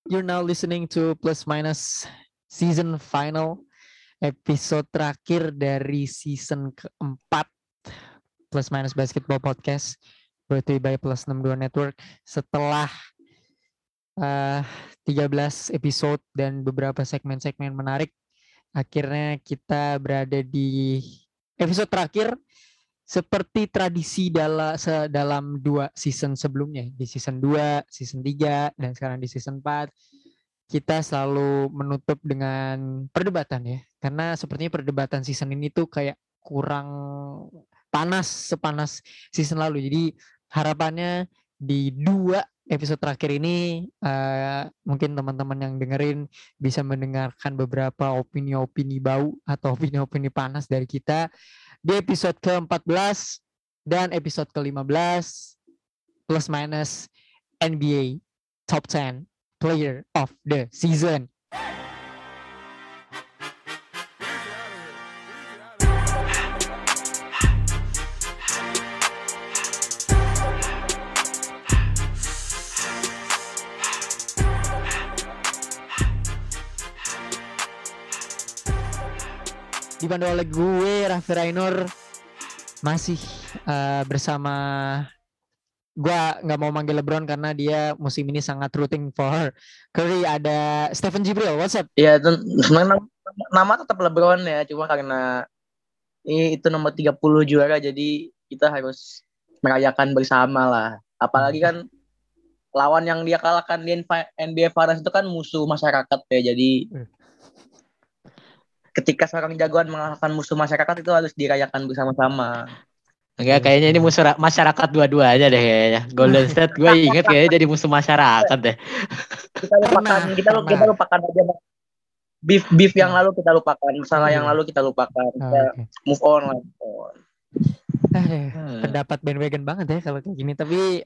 You're now listening to Plus Minus Season Final, episode terakhir dari season keempat Plus Minus Basketball Podcast, brought to you by Plus 62 Network. Setelah 13 episode dan beberapa segmen-segmen menarik, akhirnya kita berada di episode terakhir seperti tradisi dalam 2 season sebelumnya. Di season 2, season 3, dan sekarang di season 4. Kita selalu menutup dengan perdebatan ya. Karena sepertinya perdebatan season ini tuh kayak kurang sepanas season lalu. Jadi harapannya di 2 episode terakhir ini mungkin teman-teman yang dengerin bisa mendengarkan beberapa opini-opini bau atau opini-opini panas dari kita di episode ke-14 dan episode ke-15 Plus Minus NBA Top 10 Player of the Season. Dipandu oleh gue, Raffi Rainur, masih bersama. Gue gak mau manggil LeBron karena dia musim ini sangat rooting for Curry. Ada Stephen Jibril, what's up? Ya, sebenarnya nama tetap LeBron ya, cuma karena itu nomor 30 juara, jadi kita harus merayakan bersama lah. Apalagi kan lawan yang dia kalahkan di NBA Finals itu kan musuh masyarakat ya, jadi ketika seorang jagoan mengalahkan musuh masyarakat itu harus dirayakan bersama-sama. Enggak, kayaknya ini musuh masyarakat dua-duanya deh kayaknya. Golden State gue inget kayaknya jadi musuh masyarakat deh. Kita lupakan aja beef yang lalu, kita lupakan masalah yang lalu, kita lupakan. Kita move on lah. Pendapat bandwagon banget ya kalau kayak gini. Tapi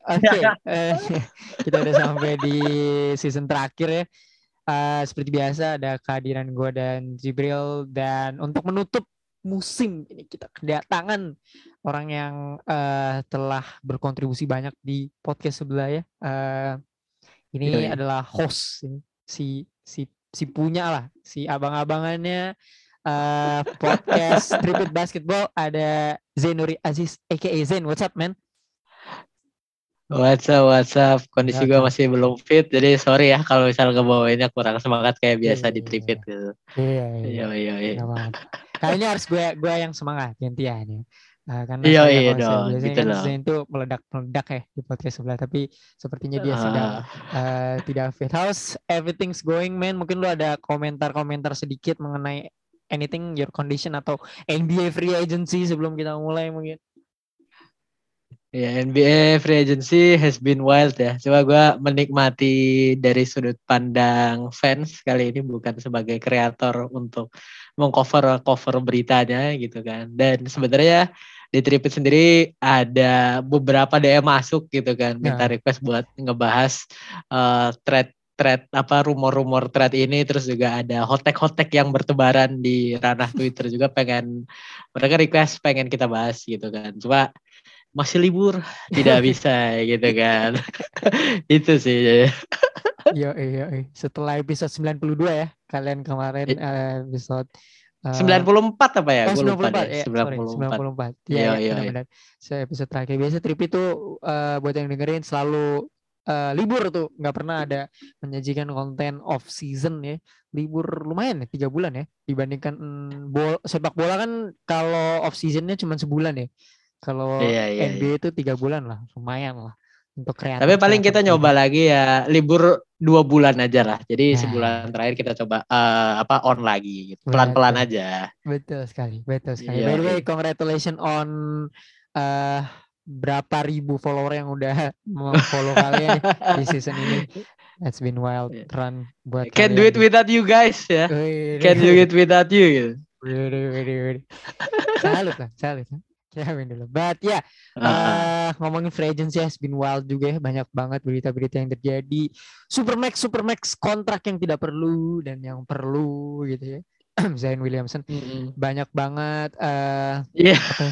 kita udah sampai di season terakhir ya. Seperti biasa ada kehadiran gue dan Jibril, dan untuk menutup musim ini kita kedatangan orang yang telah berkontribusi banyak di podcast sebelah ya. Ini adalah host si punya lah, si abang-abangannya podcast Tripit Basketball. Ada Zainuri Aziz aka Zain. What's up, man? What's up? Kondisi gue masih belum fit, jadi sorry ya kalau misal ngebawainnya kurang semangat kayak biasa di Tripit gitu. Iya. Kayaknya harus gue yang semangat gantian ya. Karena iya dong, biasanya gitu kan loh. Zain tuh meledak ya di podcast sebelah, tapi sepertinya dia sedang tidak fit. How's everything's going, man? Mungkin lu ada komentar sedikit mengenai anything, your condition atau NBA free agency sebelum kita mulai mungkin. Ya, NBA free agency has been wild ya. Coba gue menikmati dari sudut pandang fans kali ini, bukan sebagai kreator untuk mengcover beritanya gitu kan. Dan sebenarnya di Tripit sendiri ada beberapa DM masuk gitu kan, minta request buat ngebahas thread apa rumor-rumor thread ini, terus juga ada hotek yang bertebaran di ranah Twitter juga, mereka request pengen kita bahas gitu kan. Cuma masih libur, tidak bisa gitu kan. Itu sih. Iya. Setelah episode 92 ya, kalian kemarin episode 94 apa ya? Gue lupa deh. 94. Iya, benar-benar. Episode terakhir biasa Trip itu buat yang dengerin selalu libur tuh, nggak pernah ada menyajikan konten off season ya. Libur lumayan ya, 3 bulan ya, dibandingkan sepak bola kan kalau off seasonnya cuma sebulan ya. Kalau NBA itu 3 bulan lah, lumayan lah untuk kreator. Tapi paling kita nyoba lagi ya libur 2 bulan aja lah. Jadi sebulan terakhir kita coba on lagi gitu. Pelan-pelan aja. Betul sekali. By the way, congratulations on berapa ribu follower yang udah follow kalian di season ini. It's been wild run buat Can't do it without you guys ya. Can't do it without you gitu. Salut lah. Dulu. But ya, ngomongin free agency has been wild juga ya. Banyak banget berita-berita yang terjadi. Supermax kontrak yang tidak perlu dan yang perlu gitu ya. Zion Williamson. Banyak banget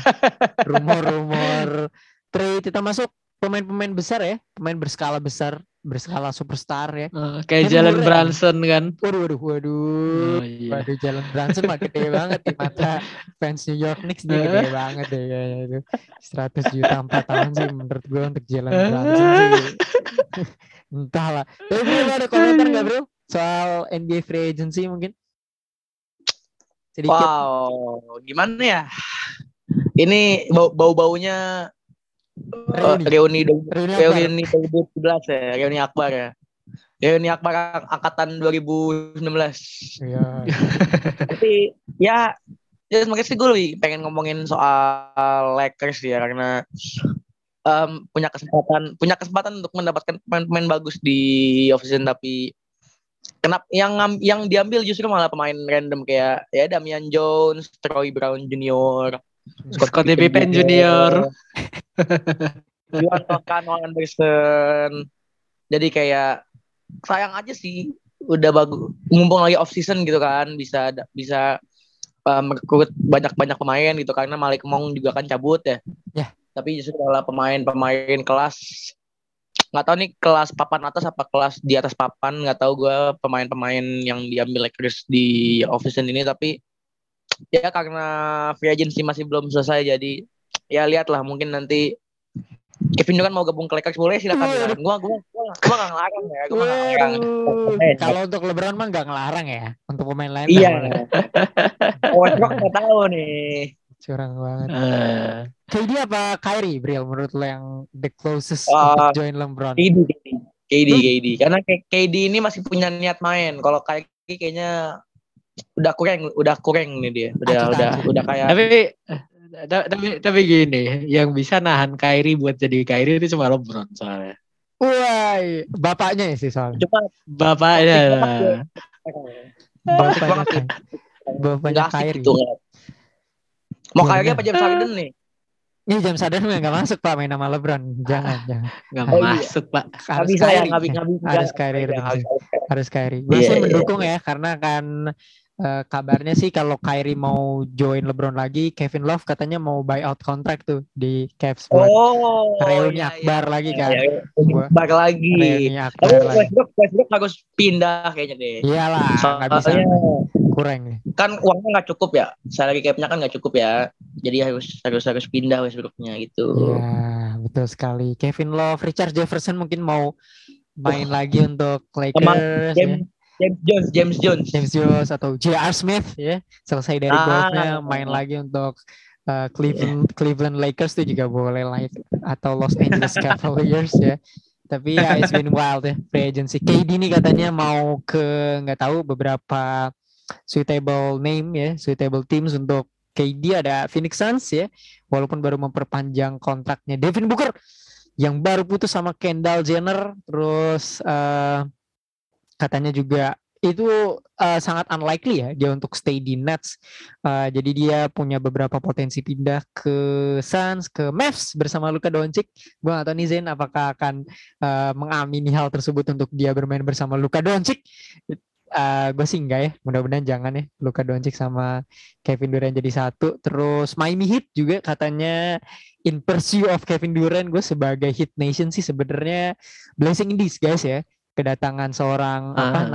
rumor trade. Kita masuk pemain-pemain besar ya. Pemain berskala besar berskala superstar ya. Kayak Kevin Jalen Durant Brunson kan. Waduh. Oh iya. Waduh, Jalen Brunson mah gede banget di mata fans New York Knicks, dia gede banget deh kayaknya itu. 100 juta 4 tahun sih menurut gue untuk Jalen Brunson sih. Entahlah. Tapi Bro, lo ada komentar nggak Bro soal NBA free agency mungkin? Sedikit. Wow, gimana ya? Ini bau-baunya Reuni. reuni Reuni Akbar. reuni 2017 ya, reuni Akbar ya. Reuni Akbar angkatan 2019. Iya. Tapi ya sebenarnya sih gue lebih pengen ngomongin soal Lakers ya, karena punya kesempatan untuk mendapatkan pemain-pemain bagus di offseason, tapi kenapa yang diambil justru malah pemain random kayak ya Damian Jones, Troy Brown Jr., Scottie Pippen Jr. Juan Toscano Anderson. Jadi kayak sayang aja sih, udah bagus mumpung lagi off season gitu kan, bisa merekrut banyak pemain gitu, karena Malik Monk juga kan cabut ya. Ya. Tapi justru malah pemain kelas, nggak tahu nih kelas papan atas apa kelas di atas papan, nggak tahu gue pemain-pemain yang diambil Lakers di off season ini. Tapi ya karena free agency masih belum selesai, jadi ya lihatlah, mungkin nanti Kevin Durant mau gabung ke Lakers, boleh silakan kan. Gua nggak ngelarang ya, gua nggak ngelarang. Kalau untuk LeBron mah nggak ngelarang ya, untuk pemain lain Iya. boleh. Westbrook nggak tahu nih. Curang banget. KD apa Kyrie, Bril, menurut lo yang the closest untuk join LeBron? KD. Karena KD ini masih punya niat main. Kalau Kyrie kayaknya udah kurang nih dia. Udah kayak. Tapi gini, yang bisa nahan Kyrie buat jadi Kyrie itu cuma LeBron soalnya. Wah, bapaknya sih soalnya. Bapaknya Kyrie. Gitu. Mau Kyrie apa James Harden nih? Ini James Harden nggak masuk Pak, main nama LeBron. Jangan. Nggak masuk Pak. Harus Kyrie. Harus Kyrie. Gue sih mendukung ya, karena kan kabarnya sih kalau Kyrie mau join LeBron lagi, Kevin Love katanya mau buyout kontrak tuh di Cavs buat reuni Akbar lagi kan. Akbar lagi. Reuni Akbar lagi. Westbrook harus pindah kayaknya deh. Iyalah, nggak bisa. Kurang nih. Kan uangnya nggak cukup ya, salary cap-nya kan nggak cukup ya, jadi harus pindah Westbrook-nya gitu. Ya betul sekali. Kevin Love, Richard Jefferson mungkin mau main lagi untuk Lakers. James Jones atau J.R. Smith ya, selesai dari golfnya main lagi untuk Cleveland Lakers tuh juga boleh lah, atau Los Angeles Cavaliers ya. Tapi ya it's been wild ya free agency. KD nih katanya mau ke, nggak tahu, beberapa suitable teams untuk KD. Ada Phoenix Suns ya, walaupun baru memperpanjang kontraknya. Devin Booker yang baru putus sama Kendall Jenner, terus katanya juga itu sangat unlikely ya dia untuk stay di Nets. Jadi dia punya beberapa potensi pindah ke Suns, ke Mavs bersama Luka Doncic. Gue gak tahu nih Zain apakah akan mengamini hal tersebut untuk dia bermain bersama Luka Doncic. Gue sih enggak ya, mudah-mudahan jangan ya Luka Doncic sama Kevin Durant jadi satu. Terus Miami Heat juga katanya in pursuit of Kevin Durant. Gue sebagai Heat Nation sih sebenarnya blessing in disguise ya, kedatangan seorang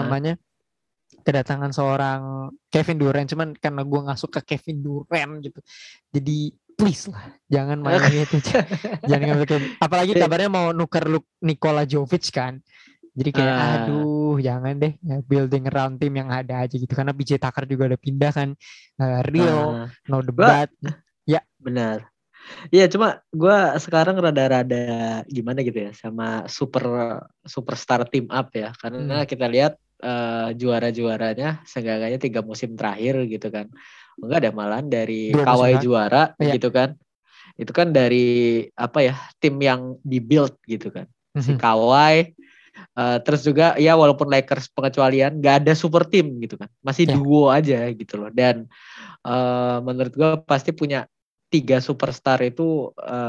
kedatangan seorang Kevin Durant. Cuman karena gue nggak suka Kevin Durant gitu, jadi please lah jangan main itu. Jangan ngambil apalagi kabarnya mau nuker Nikola Jovic kan. Jadi kayak aduh jangan deh ya, building around tim yang ada aja gitu, karena PJ Tucker juga udah pindah kan. Rio no debat ya benar. Iya, cuma gue sekarang rada-rada gimana gitu ya sama superstar team up ya, karena kita lihat juara-juaranya seenggaknya 3 musim terakhir gitu kan. Enggak ada malahan dari Kawhi juara gitu kan. Itu kan dari apa ya, tim yang dibuild gitu kan. Si Kawhi, terus juga ya walaupun Lakers pengecualian, gak ada super team gitu kan. Masih duo aja gitu loh. Dan menurut gue pasti punya 3 superstar itu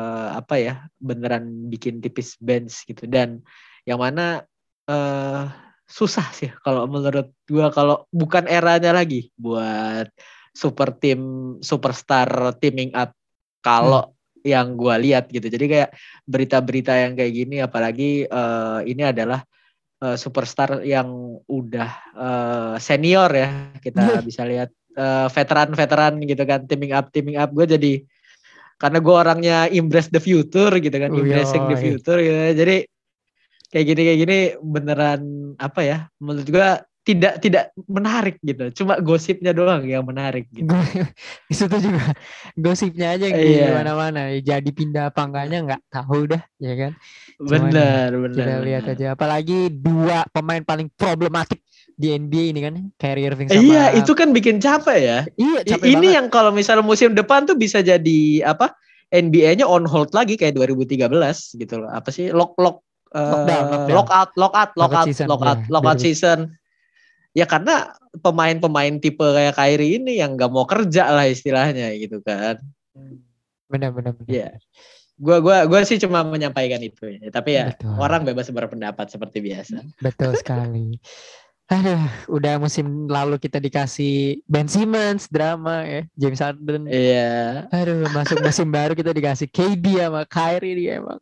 beneran bikin tipis bench gitu. Dan yang mana susah sih kalau menurut gue, kalau bukan eranya lagi buat superstar teaming up. Kalau yang gue lihat gitu. Jadi kayak berita-berita yang kayak gini, apalagi ini adalah superstar yang udah senior ya, kita bisa lihat veteran-veteran gitu kan, teaming up gue jadi, karena gue orangnya embrace the future gitu kan, embracing the Uyoi. future gitu. Jadi kayak gini beneran apa ya, menurut gue tidak menarik gitu, cuma gosipnya doang yang menarik gitu. Di situ juga gosipnya aja yang di Iya, mana-mana. Jadi pindah apa enggaknya nggak tahu dah, ya kan? Cuman ya benar. kita lihat aja. Apalagi dua pemain paling problematik di NBA ini kan, Kyrie Irving Iya, sama itu kan bikin capek ya. iya capek Ini banget. yang kalau misalnya musim depan tuh bisa jadi apa? NBA-nya on hold lagi kayak 2013 gitu loh. Apa sih? Lockdown. Lockout season ya. Lockout season. Ya karena pemain-pemain tipe kayak Kyrie ini yang nggak mau kerja lah istilahnya gitu kan. Benar. Ya, gua sih cuma menyampaikan itu ya. Tapi ya Betul. orang bebas berpendapat seperti biasa. Betul sekali. Aduh, udah musim lalu kita dikasih Ben Simmons drama ya, James Harden. Iya. Aduh, masuk musim baru kita dikasih KD sama Kyrie dia emang.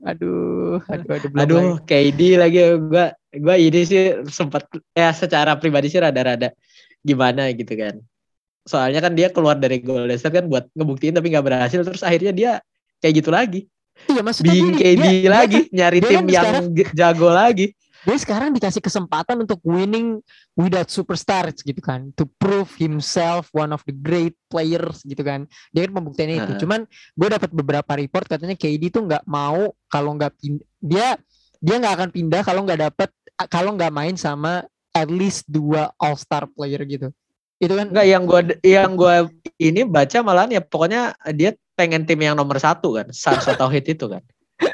Belum lagi. Aduh, KD lagi gua ini sih sempat ya secara pribadi sih rada-rada gimana gitu kan. Soalnya kan dia keluar dari Golden State kan buat ngebuktiin tapi nggak berhasil, terus akhirnya dia kayak gitu lagi. Iya, maksudnya Being KD lagi, nyari dia tim kan yang sekarang, jago lagi. dia sekarang dikasih kesempatan untuk winning without superstars gitu kan, to prove himself one of the great players gitu kan. Dia kan pembuktiannya itu. Cuman gue dapat beberapa report katanya KD tuh nggak mau kalau nggak dia nggak akan pindah kalau nggak main sama at least 2 all star player gitu. Itu kan Enggak, yang gua ini baca malahan ya pokoknya dia pengen tim yang nomor 1 kan, Suns atau Heat itu kan.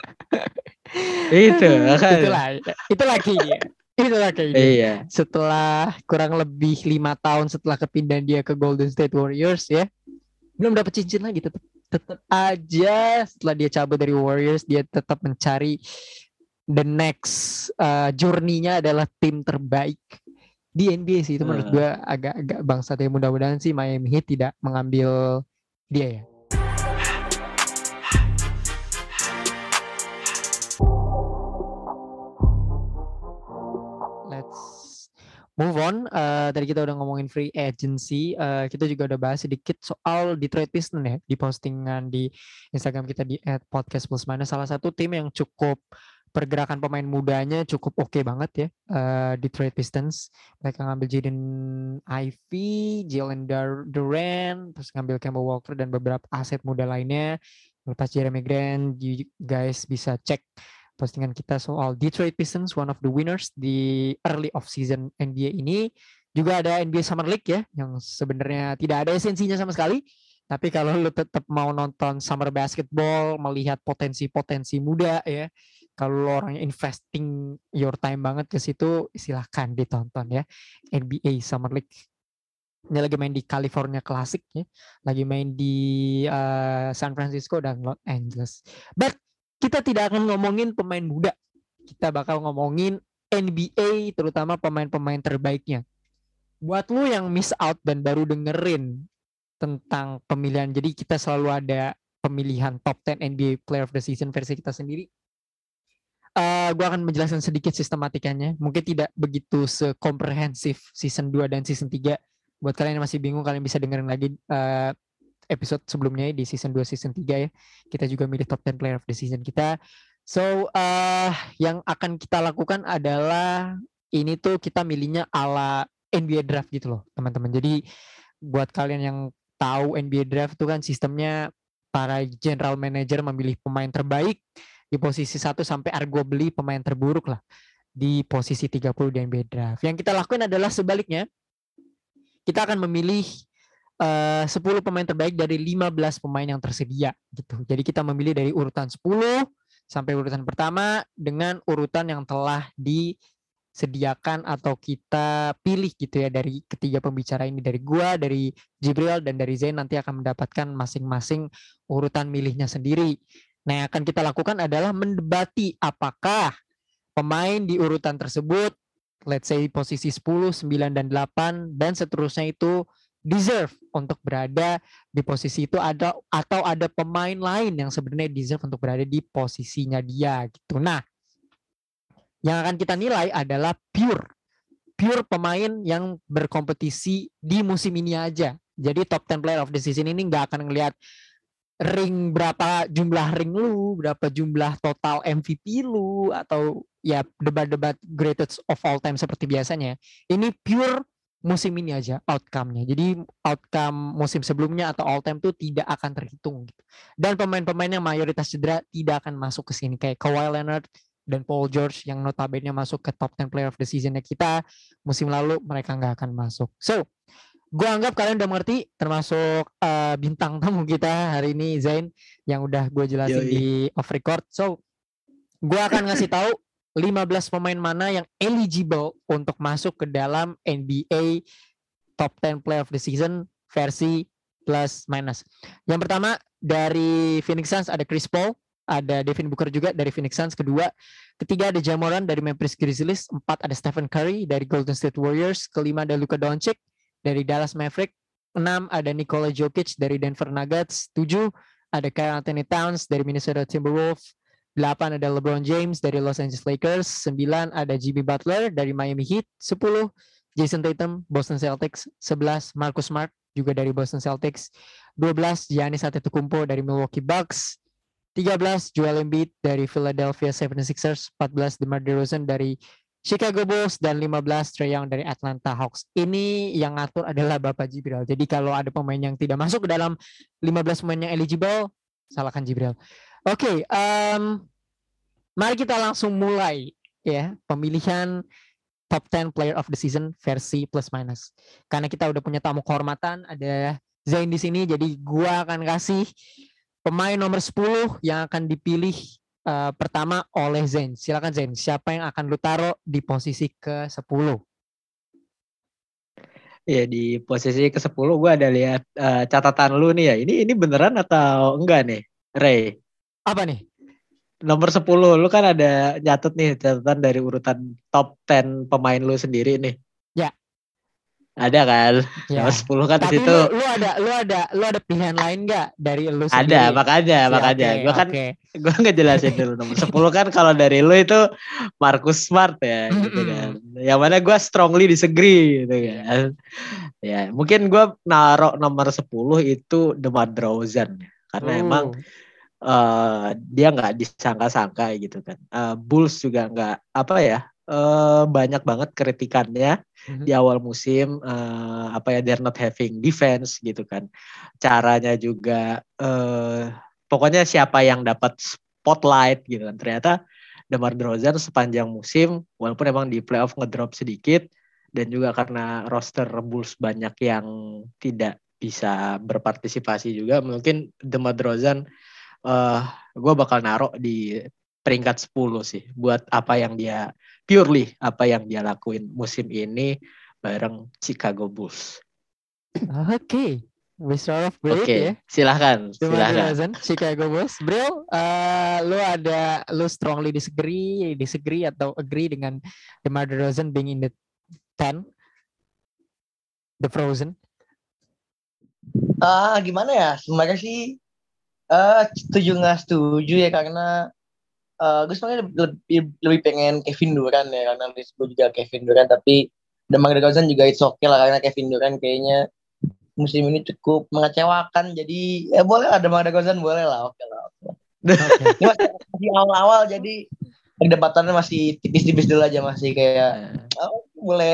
Itu kan. Itulah KD. Itulah KD. Iya. Setelah kurang lebih 5 tahun setelah kepindahan dia ke Golden State Warriors ya, belum dapat cincin lagi. Tetap aja setelah dia cabut dari Warriors, dia tetap mencari the next journey-nya adalah tim terbaik di NBA sih. Itu menurut gue agak bangsat ya. Mudah-mudahan sih Miami Heat tidak mengambil dia ya. Let's move on. Tadi kita udah ngomongin free agency. Kita juga udah bahas sedikit soal Detroit Pistons ya, di postingan di Instagram kita di @podcastplusminus. Salah satu tim yang cukup pergerakan pemain mudanya cukup oke banget ya, Detroit Pistons. Mereka ngambil Jaden Ivey, Jalen Duren, terus ngambil Kemba Walker dan beberapa aset muda lainnya. Lepas Jeremy Grant, you guys bisa cek postingan kita soal Detroit Pistons, one of the winners di early off season NBA ini. Juga ada NBA Summer League ya, yang sebenarnya tidak ada esensinya sama sekali. Tapi kalau lu tetap mau nonton summer basketball, melihat potensi-potensi muda ya, kalau lo orangnya investing your time banget ke situ, silahkan ditonton ya. NBA Summer League. Ini lagi main di California Classic ya, lagi main di San Francisco dan Los Angeles. But kita tidak akan ngomongin pemain muda. Kita bakal ngomongin NBA, terutama pemain-pemain terbaiknya. Buat lu yang miss out dan baru dengerin tentang pemilihan, jadi kita selalu ada pemilihan top 10 NBA Player of the Season versi kita sendiri. Gue akan menjelaskan sedikit sistematikanya. Mungkin tidak begitu sekomprehensif season 2 dan season 3. Buat kalian yang masih bingung, kalian bisa dengerin lagi episode sebelumnya di season 2, season 3 ya. Kita juga milih top 10 player of the season kita. So, yang akan kita lakukan adalah ini tuh kita milihnya ala NBA draft gitu loh, teman-teman. Jadi buat kalian yang tahu NBA draft itu kan sistemnya para general manager memilih pemain terbaik di posisi 1 sampai arguably pemain terburuk lah di posisi 30 di NBA draft. Yang kita lakukan adalah sebaliknya. Kita akan memilih 10 pemain terbaik dari 15 pemain yang tersedia gitu. Jadi kita memilih dari urutan 10 sampai urutan pertama dengan urutan yang telah disediakan atau kita pilih gitu ya dari ketiga pembicara ini, dari gua, dari Jibril dan dari Zain. Nanti akan mendapatkan masing-masing urutan milihnya sendiri. Nah, yang akan kita lakukan adalah mendebati apakah pemain di urutan tersebut, let's say posisi 10, 9, dan 8, dan seterusnya itu deserve untuk berada di posisi itu, atau ada pemain lain yang sebenarnya deserve untuk berada di posisinya dia gitu. Nah, yang akan kita nilai adalah pure pemain yang berkompetisi di musim ini aja. Jadi top 10 player of the season ini nggak akan ngelihat berapa jumlah ring lu, berapa jumlah total MVP lu, atau ya debat-debat greatest of all time seperti biasanya. Ini pure musim ini aja outcome-nya. Jadi outcome musim sebelumnya atau all time tuh tidak akan terhitung gitu. Dan pemain-pemain yang mayoritas cedera tidak akan masuk ke sini, kayak Kawhi Leonard dan Paul George yang notabene masuk ke top 10 player of the season-nya kita musim lalu, mereka nggak akan masuk. So, gue anggap kalian udah mengerti, termasuk bintang tamu kita hari ini Zain yang udah gue jelasin di off record. So, gue akan ngasih tahu 15 pemain mana yang eligible untuk masuk ke dalam NBA top 10 player of the season versi plus minus. Yang pertama dari Phoenix Suns ada Chris Paul, ada Devin Booker juga dari Phoenix Suns. Ketiga ada Ja Morant dari Memphis Grizzlies. 4 ada Stephen Curry dari Golden State Warriors. Kelima ada Luka Doncic dari Dallas Maverick. 6 ada Nikola Jokic dari Denver Nuggets. 7 ada Karl Anthony Towns dari Minnesota Timberwolves. 8 ada LeBron James dari Los Angeles Lakers. 9 ada Jimmy Butler dari Miami Heat. 10 Jason Tatum Boston Celtics. 11 Marcus Smart juga dari Boston Celtics. 12 Giannis Antetokounmpo dari Milwaukee Bucks. 13 Joel Embiid dari Philadelphia 76ers. 14 DeMar DeRozan dari Chicago Bulls. Dan 15 Trae Young dari Atlanta Hawks. Ini yang ngatur adalah Bapak Jibril. Jadi kalau ada pemain yang tidak masuk ke dalam 15 pemain yang eligible, salahkan Jibril. Oke, mari kita langsung mulai ya pemilihan top 10 player of the season versi plus minus. Karena kita udah punya tamu kehormatan, ada Zain di sini, jadi gua akan kasih pemain nomor 10 yang akan dipilih pertama oleh Zain. Silakan Zain, siapa yang akan lu taruh di posisi ke-10? Ya, di posisi ke-10 gue ada lihat catatan lu nih ya. Ini beneran atau enggak nih, Ray? Apa nih? Nomor 10 lu kan ada nyatet nih catatan dari urutan top 10 pemain lu sendiri nih. Ya. Ada kan? Ya. Nomor 10 kan di Tapi situ. lu ada pilihan lain enggak dari lu sendiri? Ada, makanya. Gue kan gue ngejelasin dulu nomor 10 kan kalau dari lu itu Marcus Smart ya gitu kan. Yang mana gue strongly disagree gitu kan. Ya, mungkin gue naruh nomor 10 itu DeMar DeRozan karena emang dia nggak disangka-sangka gitu kan. Bulls juga nggak banyak banget kritikannya di awal musim, they're not having defense gitu kan. Caranya juga pokoknya siapa yang dapat spotlight gitu kan. Ternyata DeMar DeRozan sepanjang musim walaupun emang di playoff ngedrop sedikit dan juga karena roster Bulls banyak yang tidak bisa berpartisipasi juga, mungkin DeMar DeRozan gue bakal naruh di peringkat 10 sih buat apa yang dia lakuin musim ini bareng Chicago Bulls. Oke. We start off great ya. Silahkan. Chicago Bulls. Bril, lu strongly disagree atau agree dengan DeMar DeRozan being in the 10? The Frozen? Gimana ya? Sebenarnya sih setuju nggak setuju ya, karena gue sebenarnya lebih pengen Kevin Durant ya, karena disebut juga Kevin Durant, tapi DeMar DeRozan juga it's okay lah, karena Kevin Durant kayaknya musim ini cukup mengecewakan, jadi ya boleh lah DeMar DeRozan, boleh lah, oke lah. Ini masih awal-awal, jadi perdebatannya masih tipis-tipis dulu aja, masih kayak boleh.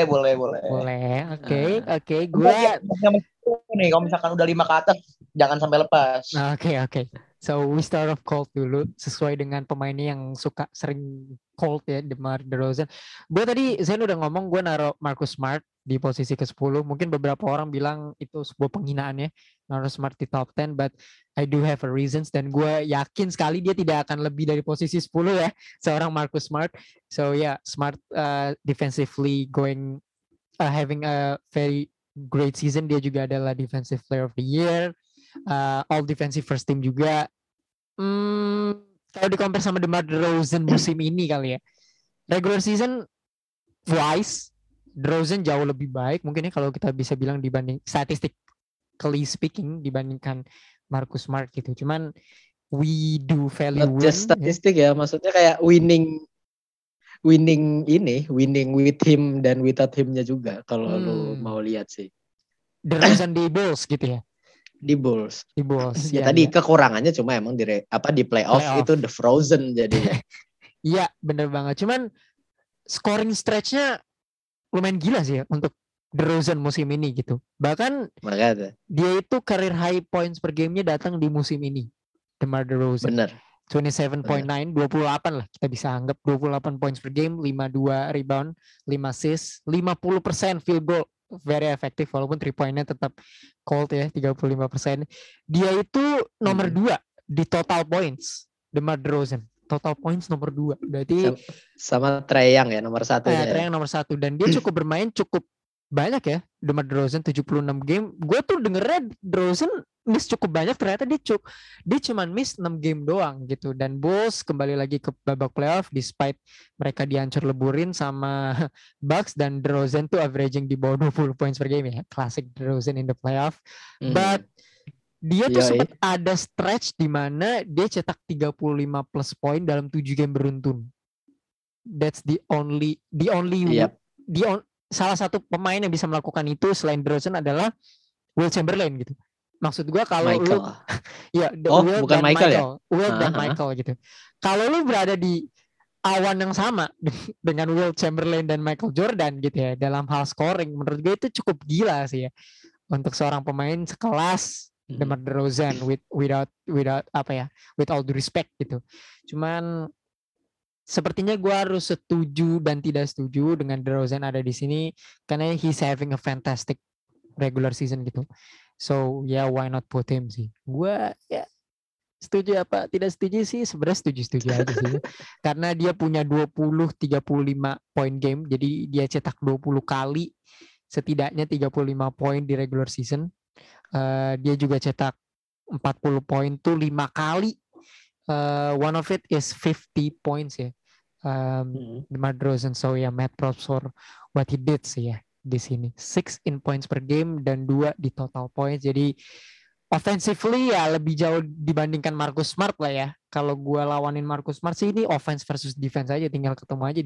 Oke. Gue nih kalau misalkan udah 5 ke atas jangan sampai lepas. Oke. So we start off cold dulu sesuai dengan pemainnya yang suka sering cold ya, DeMar DeRozan. Gue tadi Zain udah ngomong gue naruh Marcus Smart di posisi ke-10. Mungkin beberapa orang bilang itu sebuah penghinaan ya, naruh Smart di top 10, but I do have a reasons, dan gue yakin sekali dia tidak akan lebih dari posisi 10 ya, seorang Marcus Smart. So yeah, Smart defensively having a very great season. Dia juga adalah defensive player of the year, all defensive first team juga. Kalau di-compare sama DeMar DeRozan musim ini kali ya, regular season wise DeRozan jauh lebih baik mungkin ya kalau kita bisa bilang dibanding statistically speaking dibandingkan Marcus Smart gitu. Cuman we do value Not just win. statistik ya, maksudnya kayak winning with him dan without him-nya juga kalau lu mau lihat sih. DeRozan di Bulls gitu ya. Di Bulls. Di Bulls. Ya ya, tadi ya. kekurangannya cuma emang di playoff itu the frozen jadinya. Iya, bener banget. Cuman scoring stretch-nya lumayan gila sih ya untuk DeRozan musim ini gitu. Bahkan Makanya dia itu career high points per game-nya datang di musim ini. DeMar DeRozan. bener. 27.9, 28 lah kita bisa anggap 28 points per game, 52 rebound, 5 assist, 50% field goal, very effective walaupun 3 point-nya tetap cold ya, 35%. Dia itu nomor 2 di total points, DeMar DeRozan. Total points nomor 2. Berarti sama Trae Young ya nomor 1. Trae Young nomor 1 dan dia cukup bermain cukup banyak ya, DeMar DeRozan 76 game. Gue tuh dengernya DeRozan miss cukup banyak, ternyata dia cuma miss 6 game doang gitu. Dan Bulls kembali lagi ke babak playoff despite mereka dihancur leburin sama Bucks dan DeRozan tuh averaging di bawah 20 points per game ya. Classic DeRozan in the playoff. But dia tuh sempat ada stretch di mana dia cetak 35 plus point dalam 7 game beruntun. That's salah satu pemain yang bisa melakukan itu selain DeRozan adalah Will Chamberlain gitu. Maksud gue kalau lu ya Will bukan dan Michael ya? Will dan Michael gitu. Kalau lu berada di awan yang sama dengan Will Chamberlain dan Michael Jordan gitu ya dalam hal scoring, menurut gue itu cukup gila sih ya untuk seorang pemain sekelas DeMar DeRozan without with all due respect gitu. Cuman sepertinya gue harus setuju dan tidak setuju dengan DeRozan ada di sini karena he's having a fantastic regular season gitu. So yeah, why not put him sih? Gue ya setuju apa tidak setuju sih, sebenarnya setuju aja sih. Karena dia punya 20-35 point game, jadi dia cetak 20 kali setidaknya 35 poin di regular season. Dia juga cetak 40 poin tuh 5 kali. One of it is 50 points ya. DeMar DeRozan, so ya mad props for what he did sih ya di sini. 6 in points per game dan 2 di total points. Jadi offensively ya lebih jauh dibandingkan Marcus Smart lah ya. Kalau gue lawanin Marcus Smart sih ini offense versus defense aja, tinggal ketemu aja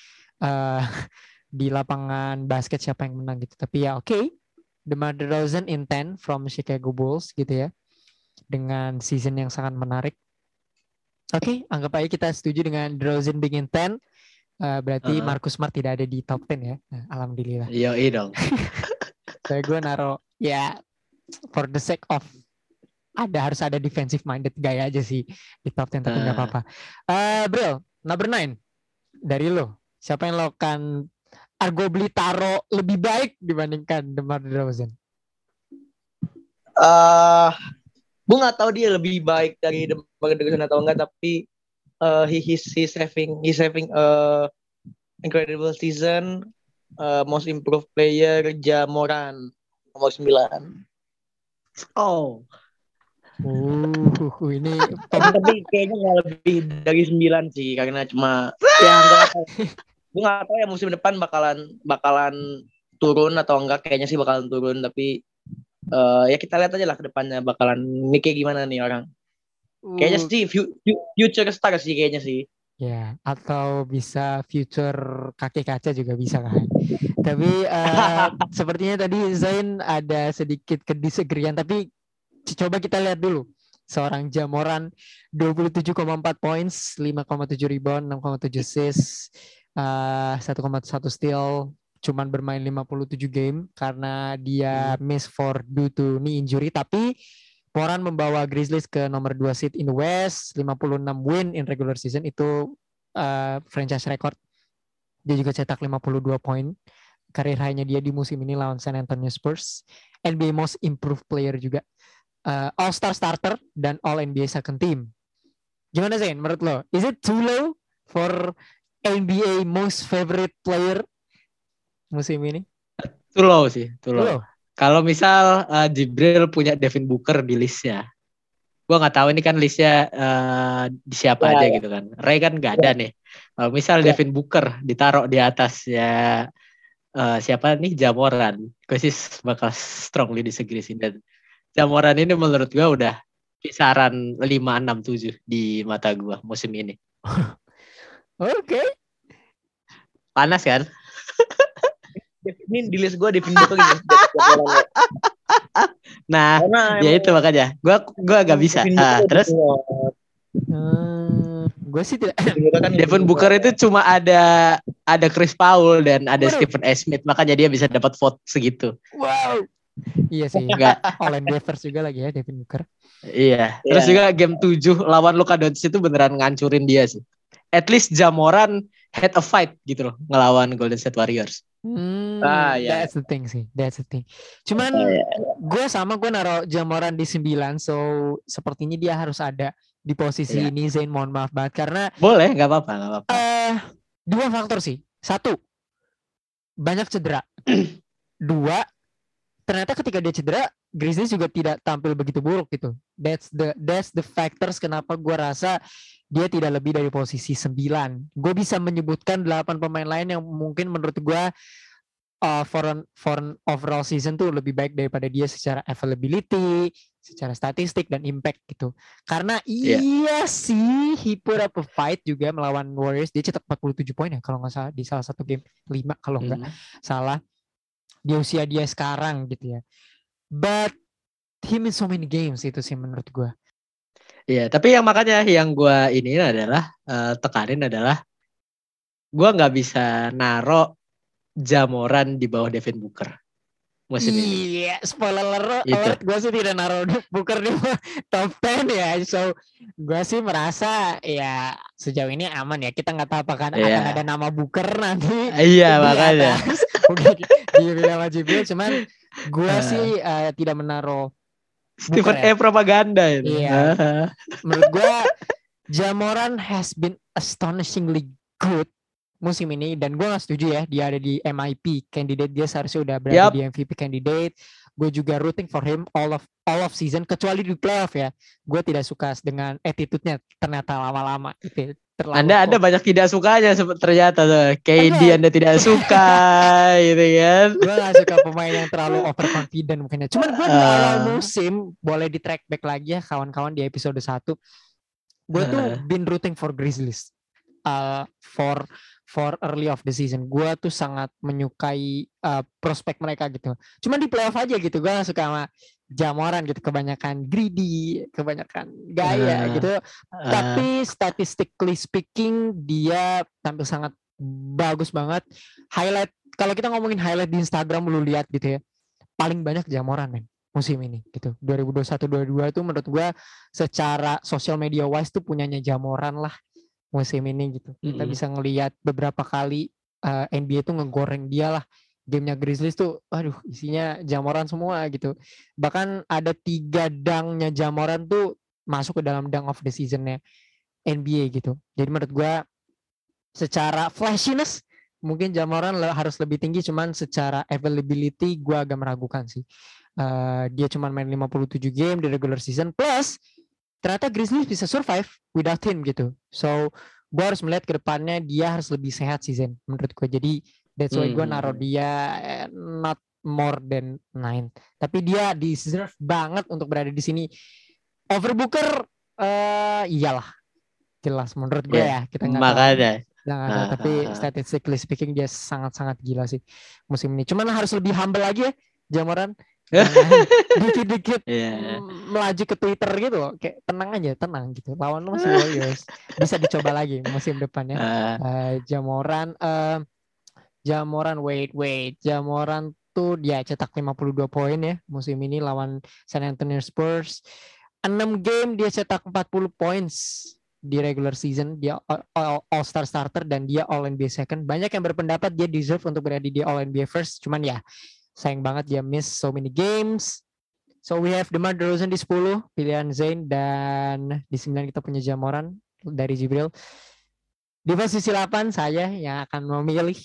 di lapangan basket siapa yang menang gitu. Tapi ya oke. DeMar DeRozan in 10 from Chicago Bulls gitu ya. Dengan season yang sangat menarik. Oke, anggap aja kita setuju dengan DeRozan being in 10. Berarti Marcus Smart tidak ada di top 10 ya. Nah, alhamdulillah. Iya dong. Saya gue naruh ya for the sake of harus ada defensive minded guy aja sih di top 10 tapi nggak apa-apa. Bril, number 9 dari lo. Siapa yang lo akan arguably taruh lebih baik dibandingkan DeMar DeRozan? Gue nggak tahu dia lebih baik dari DeMar DeRozan atau enggak, tapi he's having incredible season. Most improved player Ja Morant nomor 9. Ini tapi kayaknya nggak lebih dari 9 sih, karena cuma ya gue nggak tahu ya musim depan bakalan turun atau enggak. Kayaknya sih bakalan turun, tapi ya kita lihat aja lah ke depannya bakalan kayak gimana nih orang. Kayaknya sih future star sih kayaknya sih. Ya, atau bisa future kakek kaca juga bisa kan. Tapi sepertinya tadi Zain ada sedikit kedisagreean, tapi coba kita lihat dulu. Seorang Ja Morant 27,4 points, 5,7 rebound, 6,7 assist, 1,1 steal, cuman bermain 57 game karena dia miss due to knee injury. Tapi Morant membawa Grizzlies ke nomor 2 seed in the West, 56 win in regular season, itu franchise record. Dia juga cetak 52 poin. Karir high-nya dia di musim ini lawan San Antonio Spurs. NBA Most Improved Player juga. All-Star starter dan All-NBA second team. Gimana Zain menurut lo? Is it too low for NBA Most Favorite Player musim ini? Too low sih, too low. Kalau misal Jibril punya Devin Booker di listnya, gue nggak tahu ini kan listnya di siapa aja gitu kan. Ray kan nggak ada nih. Kalau misal Devin Booker ditaruh di atas ya, siapa nih Jamoran. Gue sih bakal strongly disagree sih. Dan Jamoran ini menurut gue udah kisaran 5, 6, 7 di mata gue musim ini. Oke. Panas kan? Ini di list gue Devin Booker ini. Nah, Karena ya itu makanya. Gue agak bisa. Devin Booker Terus Gue sih tidak. Devin Booker itu cuma ada Chris Paul dan ada Waduh. Stephen A. Smith, makanya dia bisa dapat vote segitu. Wow. Iya sih. Enggak. All NBA first juga lagi ya Devin Booker. Iya. Terus juga game 7 lawan Luka Doncic itu beneran ngancurin dia sih. At least Jamoran had a fight gitu loh ngelawan Golden State Warriors. Iya. That's the thing sih. That's the thing. Cuman gue naruh Jamoran di 9, so sepertinya dia harus ada di posisi ini. Zain, mohon maaf banget karena boleh, nggak apa-apa. Dua faktor sih. Satu, banyak cedera. Dua, ternyata ketika dia cedera, Grizzlies juga tidak tampil begitu buruk gitu. That's the factors kenapa gue rasa dia tidak lebih dari posisi 9. Gue bisa menyebutkan 8 pemain lain yang mungkin menurut gue for an overall season tuh lebih baik daripada dia secara availability, secara statistik dan impact gitu. Karena iya sih, he put up a fight juga melawan Warriors. Dia cetak 47 poin ya kalau nggak salah di salah satu game 5 kalau nggak salah. Di usia dia sekarang gitu ya. But he missed so many games itu sih menurut gue. Iya, tapi makanya yang gue ini adalah tekanin adalah gue nggak bisa naro Jamoran di bawah Devin Booker musim ini. Iya, spoiler alert, gue sih tidak naruh Booker di top 10 ya. So gue sih merasa ya sejauh ini aman ya. Kita nggak tahu apakah akan ada nama Booker nanti. Iya makanya. Mungkin di nama Jibril, cuman gue sih tidak menaruh Stephen A. propaganda itu. Iya. Menurut gue Jamoran has been astonishingly good musim ini, dan gue gak setuju ya dia ada di MIP candidate. Dia seharusnya udah berada di MVP candidate. Gue juga rooting for him all of season, kecuali di playoff ya. Gue tidak suka dengan attitude-nya ternyata lama-lama itu. Anda banyak tidak sukanya ternyata tuh. KD Anda tidak suka gitu kan. Gue gak suka pemain yang terlalu overconfident mungkin. Cuman gue di awal musim, boleh di track back lagi ya kawan-kawan di episode 1. Gue tuh been rooting for Grizzlies for early of the season. Gue tuh sangat menyukai prospek mereka gitu. Cuman di playoff aja gitu, gue gak suka sama Jamoran gitu. Kebanyakan greedy, kebanyakan gaya gitu. Tapi statistically speaking dia tampil sangat bagus banget. Highlight, kalau kita ngomongin highlight di Instagram lu lihat gitu ya, paling banyak Jamoran men musim ini gitu. 2021-22 itu menurut gue secara social media wise tuh punyanya Jamoran lah musim ini gitu. Kita bisa ngelihat beberapa kali NBA tuh ngegoreng dia lah. Gamenya Grizzlies tuh aduh isinya Jamoran semua gitu. Bahkan ada 3 dunk-nya Jamoran tuh masuk ke dalam dunk of the season-nya NBA gitu. Jadi menurut gue secara flashiness mungkin Jamoran harus lebih tinggi, cuman secara availability gue agak meragukan sih. Dia cuma main 57 game di regular season, plus ternyata Grizzlies bisa survive without him gitu. So gue harus melihat ke depannya dia harus lebih sehat season menurut gue. Jadi that's why gue naruh dia not more than 9. Tapi dia deserve banget untuk berada di sini. Over Booker iyalah jelas menurut gue ya. Kita nggak tahu. Tapi statistically speaking dia sangat-sangat gila sih musim ini. Cuman harus lebih humble lagi ya Jamoran. Dikit-dikit melaju ke Twitter gitu loh. Kayak tenang gitu. Lawan lu masih Warriors. Bisa dicoba lagi musim depannya. Jamoran tuh dia cetak 52 poin ya musim ini lawan San Antonio Spurs. 6 game dia cetak 40 points di regular season. Dia all-star starter dan dia all-NBA second. Banyak yang berpendapat dia deserve untuk berada di all-NBA first. Cuman ya sayang banget dia miss so many games. So we have DeMar DeRozan di 10, pilihan Zain, dan di 9 kita punya Jamoran dari Jibril. Di posisi 8 saya yang akan memilih.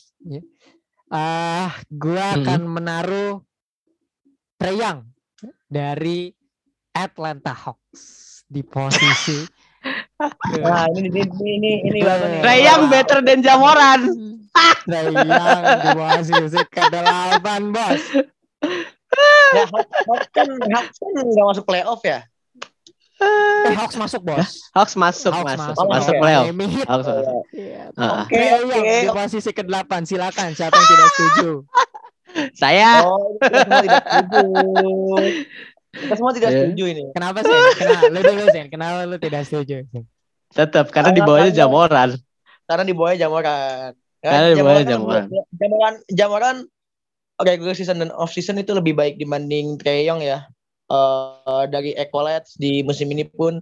Gue akan menaruh Trae Young dari Atlanta Hawks di posisi Nah, ini apa nih? Trae Young better than Jamoran. Trae Young di bawah sisi ke-8, bos. Ya, Hawks kan nggak masuk playoff ya? Hawks masuk, bos. Hawks masuk masuk ya? playoff. Miami Heat. Hawks masuk. Iya. Oke. Trae Young di posisi ke-8. Silakan siapa yang tidak setuju? Saya. Oh, kita semua tidak setuju. Kita semua tidak setuju ini. Kenapa sih? Lu dulu Sen. Kenapa lu tidak setuju? Tetap karena di bawahnya Jamoran. Karena di bawahnya Jamoran. Karena di bawahnya Jamoran. Jamoran regular season dan off season itu lebih baik dibanding Trae Young ya. Dari accolades di musim ini pun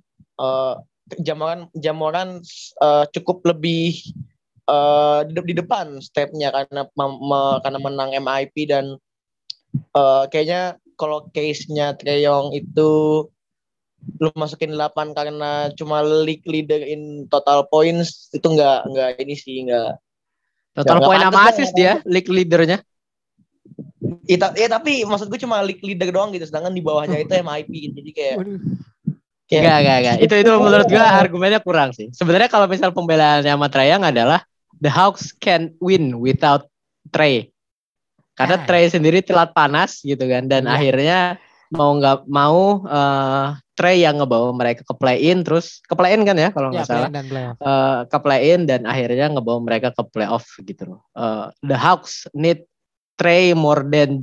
Jamoran cukup lebih di depan stepnya karena menang MIP dan kayaknya kalau case-nya Trae Young itu lu masukin 8 karena cuma league leader in total points itu enggak ini sih enggak total poin sama assist dia league leadernya. Ya tapi maksud gue cuma league leader doang gitu, sedangkan di bawahnya itu MIP gitu. Jadi kayak Enggak. Itu menurut gue argumennya kurang sih. Sebenarnya kalau misal pembelaannya sama Trae Young adalah the Hawks can win without Trae. Karena Trae sendiri telat panas gitu kan, dan akhirnya mau nggak mau Trae yang ngebawa mereka ke play-in, terus ke play-in kan ya kalau nggak salah, ke play-in dan akhirnya ngebawa mereka ke playoff gitu loh. The Hawks need Trae more than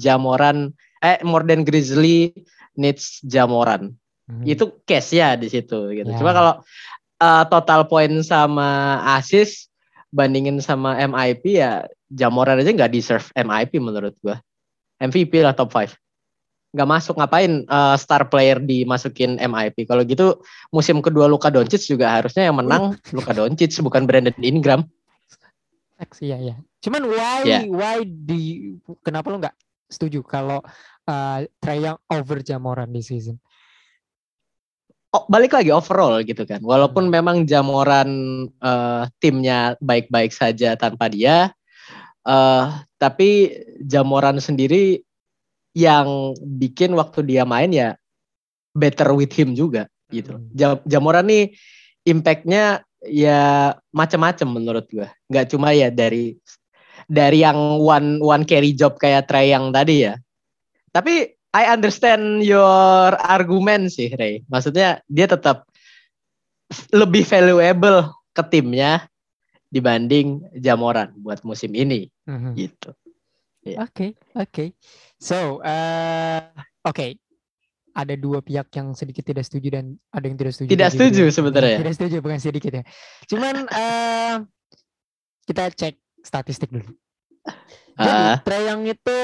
Grizzly needs Jamoran. Itu case ya di situ gitu. Cuma kalau total poin sama assist bandingin sama MIP ya Jamoran aja nggak deserve MIP menurut gua. MVP lah top 5. Nggak masuk, ngapain star player dimasukin MIP. Kalau gitu musim kedua Luka Doncic juga harusnya yang menang Luka Doncic bukan Brandon Ingram. Iya. Cuman kenapa lu nggak setuju kalau Trae Young over Jamoran di season? Balik lagi overall gitu kan. Walaupun memang Jamoran timnya baik-baik saja tanpa dia, tapi Jamoran sendiri yang bikin waktu dia main ya better with him juga gitu. Jamoran nih impact-nya ya macam-macam menurut gua. Nggak cuma ya dari yang one carry job kayak Trae yang tadi ya. Tapi I understand your argument sih, Ray. Maksudnya dia tetap lebih valuable ke timnya dibanding Jamoran buat musim ini, gitu. Oke. So, ada dua pihak yang sedikit tidak setuju dan ada yang tidak setuju. Tidak setuju sebenarnya. Tidak setuju, bukan sedikit ya. Cuman kita cek statistik dulu. Jadi Trae Young itu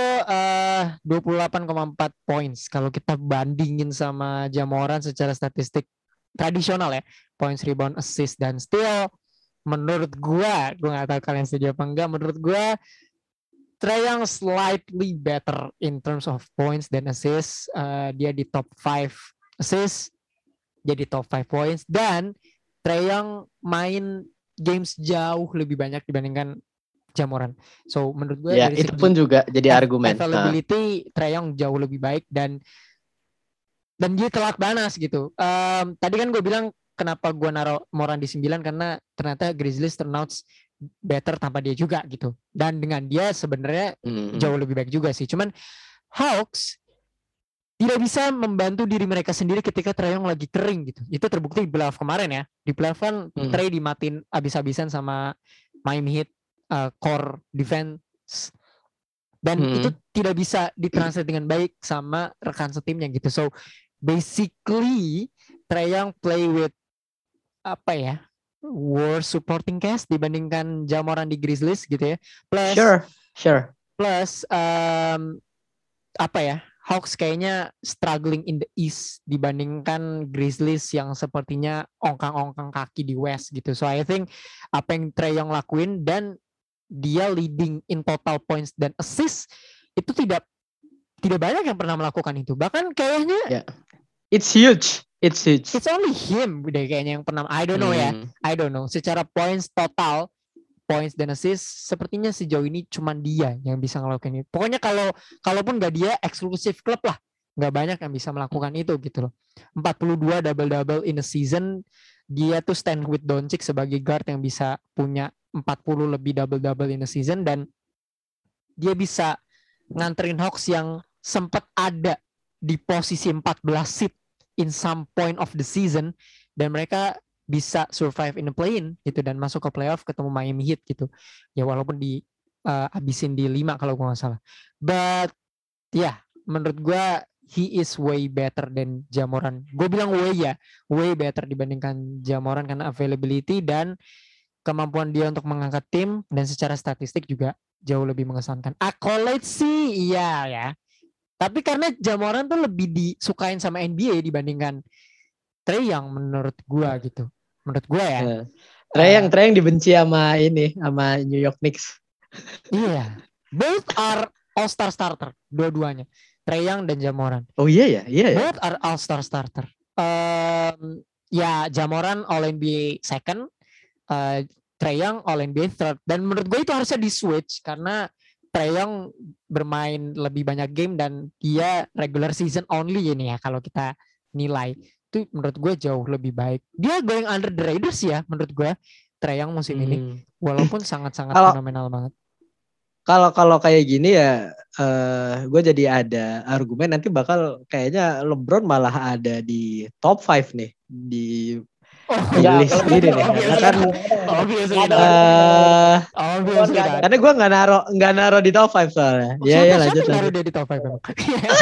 28,4 points. Kalau kita bandingin sama Jamoran secara statistik tradisional ya, points, rebound, assist, dan steal. Menurut gue gak tahu kalian setuju apa enggak, menurut gue Trae Young slightly better in terms of points dan assist. Dia di top 5 assist, dia di top 5 points, dan Trae Young main games jauh lebih banyak dibandingkan Jamoran. So menurut gue ya, itu pun juga jadi argumen. Availability Trae Young jauh lebih baik dan dia telat panas gitu. Tadi kan gue bilang kenapa gue naruh Moran di 9 karena ternyata Grizzlies turn out better tanpa dia juga gitu. Dan dengan dia sebenarnya jauh lebih baik juga sih. Cuman Hawks tidak bisa membantu diri mereka sendiri ketika Trae Young lagi kering gitu. Itu terbukti di playoff kemarin ya. Di playoff kan Trae dimatiin abis-abisan sama Miami Heat core defense, dan itu tidak bisa ditranslate dengan baik sama rekan setimnya gitu. So basically Trae Young play with worse supporting cast dibandingkan Jamoran di Grizzlies gitu ya. Plus sure. Plus Hawks kayaknya struggling in the East dibandingkan Grizzlies yang sepertinya ongkang-ongkang kaki di West gitu. So I think apa yang Trae Young lakuin dan dia leading in total points dan assist itu tidak banyak yang pernah melakukan itu. Bahkan kayaknya it's huge. It's only him deh kayaknya yang pernah. I don't know ya. I don't know. Secara points total, points dan assist sepertinya sejauh ini cuman dia yang bisa ngelakuin itu. Pokoknya kalaupun nggak dia eksklusif klub lah, nggak banyak yang bisa melakukan itu gitu loh. 42 double-double in a season dia tuh stand with Doncic sebagai guard yang bisa punya 40 lebih double-double in a season, dan dia bisa nganterin Hawks yang sempat ada di posisi 14 seed in some point of the season, dan mereka bisa survive in the play-in gitu dan masuk ke playoff ketemu Miami Heat gitu. Ya walaupun di abisin di 5 kalau gue nggak salah. But ya, menurut gue he is way better than Ja Morant. Gue bilang way better dibandingkan Ja Morant karena availability dan kemampuan dia untuk mengangkat tim, dan secara statistik juga jauh lebih mengesankan. Accolade sih iya ya. Tapi karena Ja Morant tuh lebih disukain sama NBA dibandingkan Trae Young menurut gua gitu. Menurut gua ya. Trae Young dibenci sama New York Knicks. Iya. Both are all-star starter dua-duanya. Trae Young dan Ja Morant. Oh iya ya. Both are all-star starter. Ya Ja Morant All NBA second, Trae Young All NBA third. Dan menurut gue itu harusnya di switch karena Trae Young bermain lebih banyak game dan dia regular season only ini ya kalau kita nilai. Itu menurut gue jauh lebih baik. Dia going under the radar sih ya menurut gue Trae Young musim ini. Walaupun sangat-sangat fenomenal banget. Kalau kayak gini ya gue jadi ada argumen nanti bakal kayaknya LeBron malah ada di top 5 nih di list ini nih. Karena gue nggak naro di top 5 soalnya. Iya lanjut. Siapa dia di top 5 memang?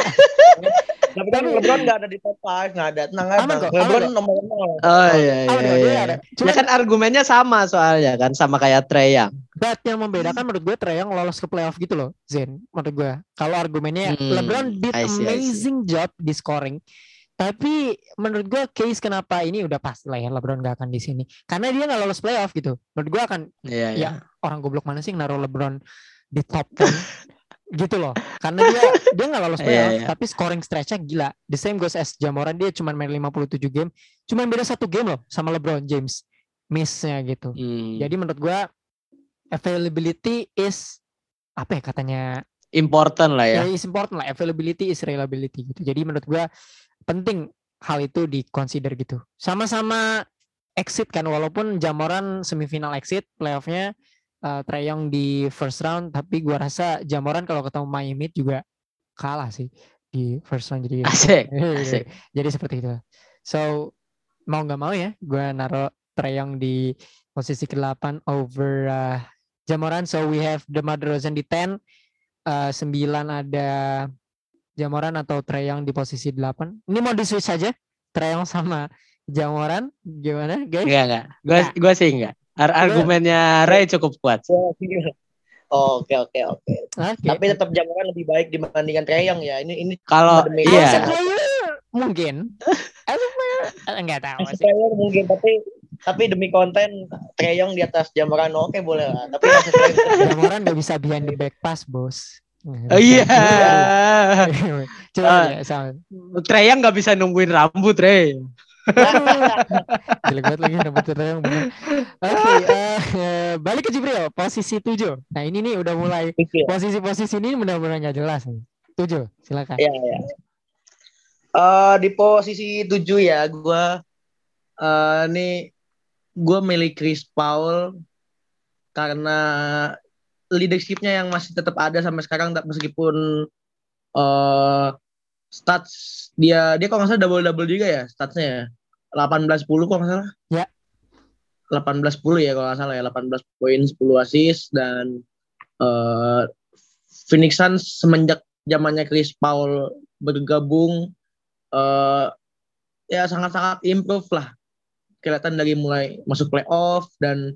Tapi kan LeBron nggak ada di top 5, nggak ada. Tenang aja. LeBron nomor 0. Oh iya. Ya kan argumennya sama soalnya kan sama kayak Trae Young. But yang membedakan menurut gue Trae Young lolos ke playoff gitu loh, Zen. Menurut gue. Kalau argumennya LeBron did amazing job di scoring. Tapi menurut gue case kenapa ini udah pasti lah ya LeBron gak akan di sini. Karena dia nggak lolos playoff gitu. Menurut gue akan ya orang goblok mana sih naruh LeBron di top 10 gitu loh. Karena dia nggak lolos playoff, tapi scoring stretch-nya gila. The same goes as Ja Morant, dia cuma main 57 game, cuma beda 1 game loh sama LeBron James miss-nya gitu. Jadi menurut gue availability is apa ya katanya important lah ya. Is important lah. Availability is reliability gitu. Jadi menurut gue penting hal itu di-consider gitu. Sama-sama exit kan, walaupun Ja Morant semifinal exit playoff-nya, Trae Young di first round, tapi gue rasa Ja Morant kalau ketemu Miami juga kalah sih di first round. Jadi asik. Jadi seperti itu. So mau nggak mau ya gue naruh Trae Young di posisi ke-8 over Ja Morant. So we have DeMar DeRozan di 10, 9 ada Ja Morant atau Trae Young di posisi 8. Ini mau di-switch saja Trae Young sama Ja Morant gimana guys? Enggak. Gue sih enggak. Argumennya Ray cukup kuat. Oke. Tapi tetap Ja Morant lebih baik dibandingkan Trae Young ya. Ini kalau iya. Mungkin. Enggak tahu sih. Mungkin tapi demi konten Trae Young di atas Ja Morant oke boleh lah. Tapi Ja Morant enggak bisa behind the back pass, bos. Oh iya. Coba ya sama. Trae Young enggak bisa nungguin rambut, Ray. Jelek banget lagi rambut Trae Young bener. Oke, balik ke Jibril, posisi 7. Nah, ini nih udah mulai posisi-posisi ini benar-benar enggak jelas nih. 7, silakan. Iya. Di posisi 7 ya, gue milih Chris Paul karena leadership-nya yang masih tetap ada sampai sekarang, meskipun stats dia kalau nggak salah double juga ya statsnya ya, 18-10 kalau nggak salah. Ya. 18-10 ya kalau nggak salah ya, 18 poin 10 assist, dan Phoenix Suns semenjak zamannya Chris Paul bergabung ya sangat-sangat improve lah, kelihatan dari mulai masuk playoff dan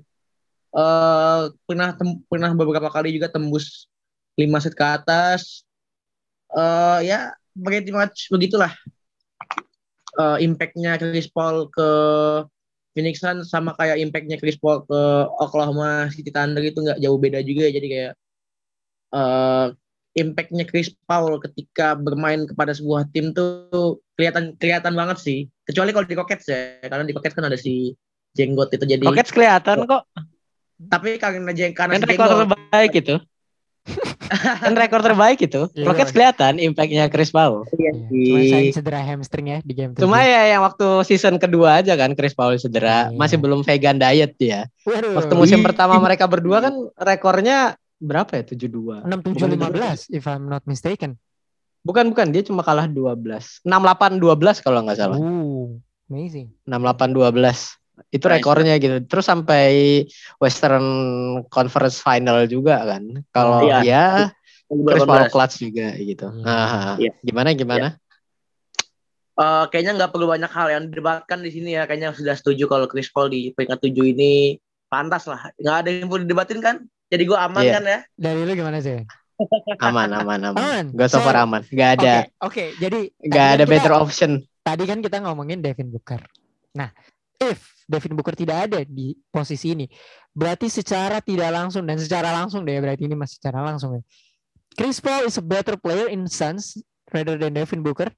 pernah beberapa kali juga tembus 5 set ke atas. Ya pretty much begitulah impactnya Chris Paul ke Phoenix Suns sama kayak impactnya Chris Paul ke Oklahoma City Thunder itu nggak jauh beda juga. Jadi kayak impactnya Chris Paul ketika bermain kepada sebuah tim tuh kelihatan banget sih. Kecuali kalau di Rockets ya, karena di Rockets kan ada si Jenggot itu. Jadi Rockets kelihatan kok. Tapi karena si rekor terbaik itu. Kan rekor terbaik itu. Iya, Rockets kelihatan impact-nya Chris Paul. Iya Iya. sih. Cuma sayang cedera hamstring ya di game 7. Cuma ya yang waktu season kedua aja kan Chris Paul cedera, Iya. masih belum vegan diet dia. Waduh. Waktu musim pertama mereka berdua kan rekornya berapa ya? 7-2. 6-7-15 if I'm not mistaken. Bukan, dia cuma kalah 12. 6-8-12 kalau nggak salah. Amazing. 6-8-12. Itu Nice. rekornya gitu. Terus sampai Western Conference Final juga kan. Kalau Iya. ya Chris Paul 2018. clutch juga gitu. Iya. Nah, Iya. gimana? Kayaknya nggak perlu banyak hal yang didebatkan di sini ya. Kayaknya sudah setuju kalau Chris Paul di peringkat 7 ini pantas lah. Nggak ada yang perlu didebatin kan? Jadi gue aman Iya. kan ya? Dari lu gimana sih? Aman. Aman. Gue so far aman. Gak ada Oke. Jadi gak ada better option. tadi kan kita ngomongin Devin Booker. Nah, if Devin Booker tidak ada di posisi ini, berarti secara tidak langsung dan secara langsung deh, berarti ini masih secara langsung ya. Chris Paul is a better player in Suns rather than Devin Booker.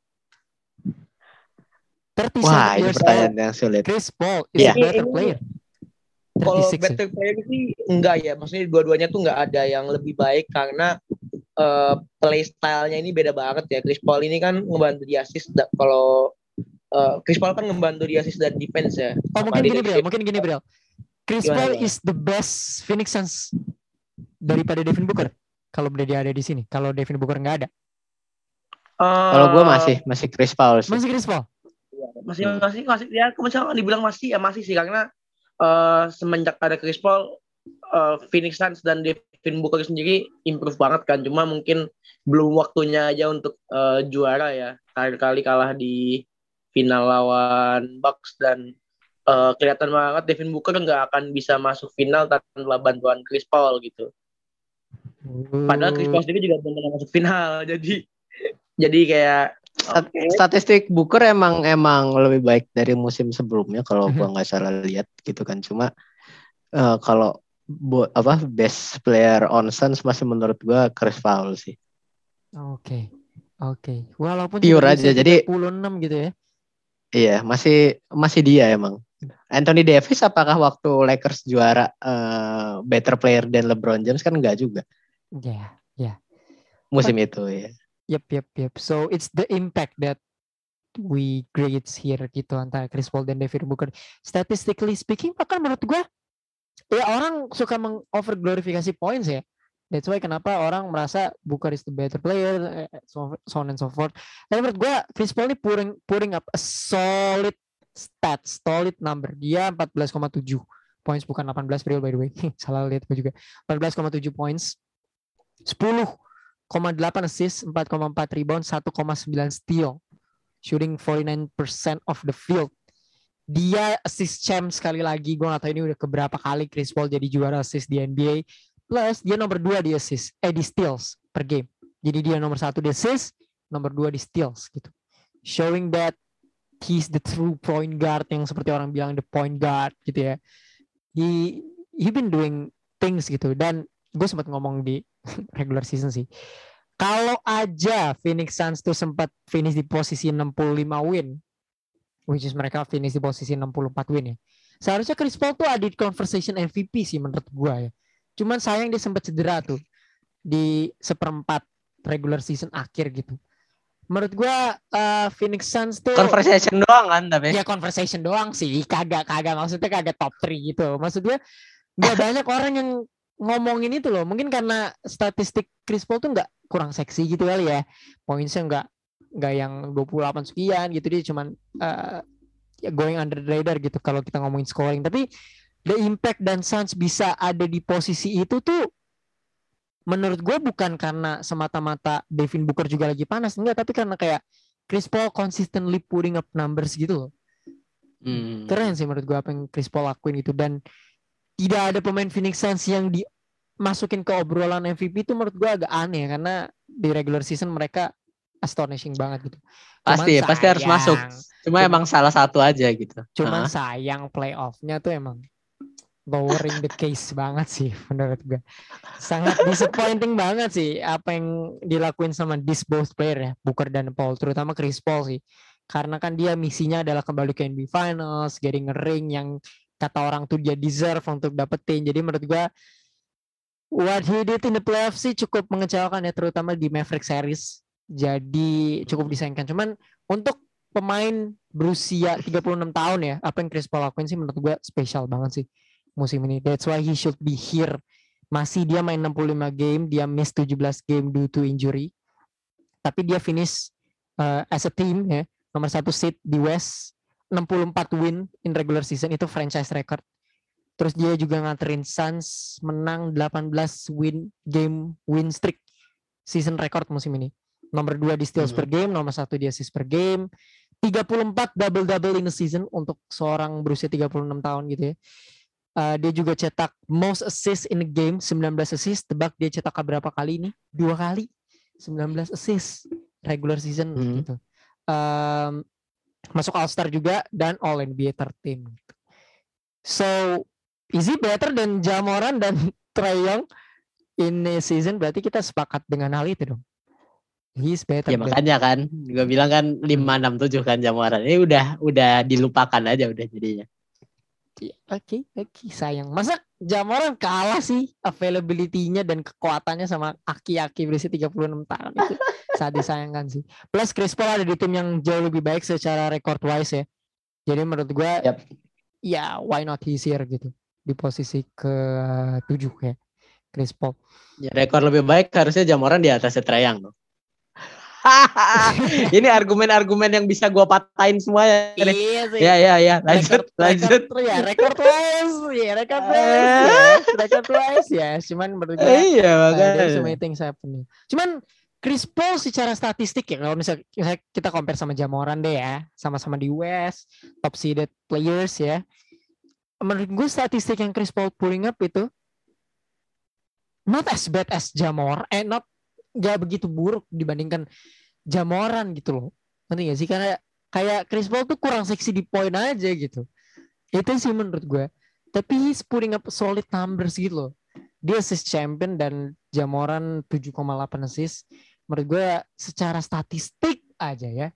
37 Wah, ini years pertanyaan old. yang sulit. Chris Paul is a better player. Kalau 36 ya. better player sih enggak ya. Maksudnya dua-duanya tuh nggak ada yang lebih baik karena play style-nya ini beda banget ya. Chris Paul ini kan ngebantu di assist. Kalau Chris Paul kan ngebantu di assist dan defense ya. Oh, mungkin gini Bril. Chris Paul is the best Phoenix Suns daripada Devin Booker. Kalau dia ada di sini. Kalau Devin Booker nggak ada. Kalau gue masih Chris Paul sih. Masih Chris Paul. Masih ya. Misalnya dibilang masih sih karena semenjak ada Chris Paul, Phoenix Suns dan Devin Booker sendiri improve banget kan. Cuma mungkin belum waktunya aja untuk juara ya. Kali-kali kalah di final lawan Bucks dan kelihatan banget Devin Booker nggak akan bisa masuk final tanpa bantuan Chris Paul gitu. Padahal Chris Paul sendiri juga belum pernah masuk final. Jadi kayak statistik Booker emang lebih baik dari musim sebelumnya kalau gua nggak salah lihat gitu kan. Cuma kalau best player on Suns masih menurut gua Chris Paul sih. Oke. Walaupun pure aja jadi 36 gitu ya. Iya, masih dia emang. Anthony Davis apakah waktu Lakers juara better player than LeBron James kan enggak juga. Yeah. Musim itu ya. Yep. So it's the impact that we grades here gitu antara Chris Paul dan Devin Booker. Statistically speaking, bahkan menurut gue ya orang suka mengoverglorifikasi points ya. That's why kenapa orang merasa Booker is the better player, so on and so forth. Dan menurut gue Chris Paul ini pouring up a solid number. Dia 14,7 points bukan 18 by the way. Salah lihat gue juga. 14,7 points. 10,8 assist, 4,4 rebound, 1,9 steal. Shooting 49% of the field. Dia assist champ sekali lagi. Gue gak tahu ini udah keberapa kali Chris Paul jadi juara assist di NBA. Plus dia nomor 2 di assist, di steals per game. Jadi dia nomor 1 di assist, nomor 2 di steals gitu. Showing that he's the true point guard yang seperti orang bilang the point guard gitu ya. He been doing things gitu. Dan gue sempat ngomong di regular season sih. Kalau aja Phoenix Suns tuh sempat finish di posisi 65 win, which is mereka finish di posisi 64 win ya. Seharusnya Chris Paul tuh ada di conversation MVP sih menurut gue ya. Cuman sayang dia sempat cedera tuh di seperempat regular season akhir gitu. Menurut gue Phoenix Suns tuh conversation doang kan tapi. Ya conversation doang sih, kagak maksudnya kagak top 3 gitu. Maksudnya nggak banyak orang yang ngomongin itu loh. Mungkin karena statistik Chris Paul tuh nggak kurang seksi gitu kali ya. Pointsnya nggak yang 28 sekian gitu, dia cuman going under the radar gitu kalau kita ngomongin scoring. Tapi the impact dan Suns bisa ada di posisi itu tuh menurut gue bukan karena semata-mata Devin Booker juga lagi panas, enggak, tapi karena kayak Chris Paul consistently putting up numbers gitu loh. Keren sih menurut gue apa yang Chris Paul lakuin itu. Dan tidak ada pemain Phoenix Suns yang dimasukin ke obrolan MVP itu menurut gue agak aneh karena di regular season mereka astonishing banget gitu. Pasti harus masuk. Cuma emang salah satu aja gitu. Cuman sayang playoff-nya tuh emang lowering the case banget sih menurut gue. Sangat disappointing banget sih apa yang dilakuin sama these both player ya, Booker dan Paul, terutama Chris Paul sih. Karena kan dia misinya adalah kembali ke NBA Finals, getting a ring yang kata orang tuh dia deserve untuk dapetin. Jadi menurut gue what he did in the playoffs sih cukup mengecewakan ya, terutama di Maverick series. Jadi cukup disayangkan. Cuman untuk pemain berusia 36 tahun ya, apa yang Chris Paul lakuin sih menurut gue spesial banget sih musim ini. That's why he should be here. Masih dia main 65 game, dia miss 17 game due to injury. Tapi dia finish as a team ya, nomor 1 seed di West, 64 win in regular season, itu franchise record. Terus dia juga nganterin Suns menang 18 win streak, season record musim ini. Nomor 2 di steals per game, nomor 1 di assist per game. 34 double-double in a season untuk seorang berusia 36 tahun gitu ya. Dia juga cetak most assist in a game, 19 assist. Tebak dia cetak berapa kali ini? 2 kali. 19 assist regular season gitu. Masuk All-Star juga dan All NBA third team. So, is he better than Ja Morant dan Trae Young in a season? Berarti kita sepakat dengan hal itu dong. He's better. Ya makanya kan, gue bilang kan 5-6-7 kan Ja Morant. Ini udah dilupakan aja udah jadinya. Oke, sayang. Masa Ja Morant kalah sih availability-nya dan kekuatannya sama aki-aki berusia 36 tahun itu. Sangat disayangkan sih. Plus Chris Paul ada di tim yang jauh lebih baik secara record wise ya. Jadi menurut gue ya why not he's here gitu. Di posisi ke-7 ya Chris Paul. Ya, rekor lebih baik harusnya Ja Morant di atas Trae Young dong. Ini argumen-argumen yang bisa gue patahin semuanya. Iya sih. Ya. Lanjut. Record wise ya. Cuman menurut gue iya makanya. There's so many things happening. Cuman Chris Paul secara statistik ya, kalau misalnya kita compare sama Ja Morant deh ya, sama-sama di West, top seeded players ya. Menurut gue statistik yang Chris Paul pulling up itu not as bad as Ja Morant, gak begitu buruk dibandingkan Ja Morant gitu loh. Ngerti gak sih? Karena kayak Chris Paul tuh kurang seksi di point aja gitu. Itu sih menurut gue. Tapi he's putting up solid numbers gitu loh. Dia assist champion dan Ja Morant 7,8 assist. Menurut gue secara statistik aja ya.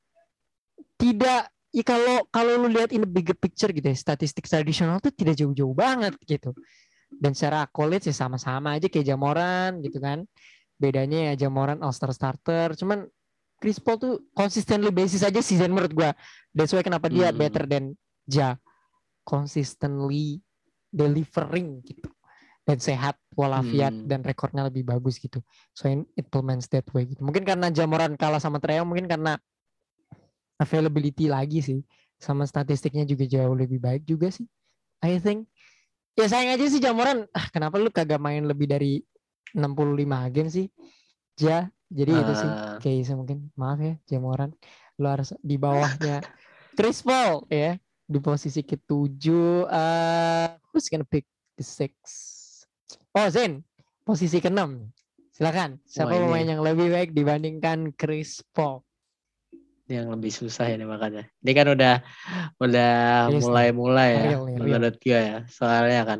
Tidak, ya kalau lu lihat in the bigger picture gitu ya, statistik tradisional tuh tidak jauh-jauh banget gitu. Dan secara accolades ya sama-sama aja kayak Ja Morant gitu kan. Bedanya ya Ja Morant All-Star starter, cuman Chris Paul tuh consistently basis aja season menurut gue. That's why kenapa dia better than Ja. Consistently delivering gitu. Dan sehat walafiat dan rekornya lebih bagus gitu. So it implements that way gitu. Mungkin karena Ja Morant kalah sama Trae Young, mungkin karena availability lagi sih. Sama statistiknya juga jauh lebih baik juga sih. I think. Ya sayang aja sih Ja Morant. Kenapa lu kagak main lebih dari 65 game sih? Ja. Jadi itu sih case mungkin. Maaf ya Ja Morant. Lu harus di bawahnya Chris Paul ya. Di posisi ke-7. Who's gonna pick the 6? Oh Zen. Posisi ke-6. Silakan. Siapa pemain yang lebih baik dibandingkan Chris Paul? Yang lebih susah ini makanya. Ini kan udah mulai ya. Menurut gue ya. Soalnya kan.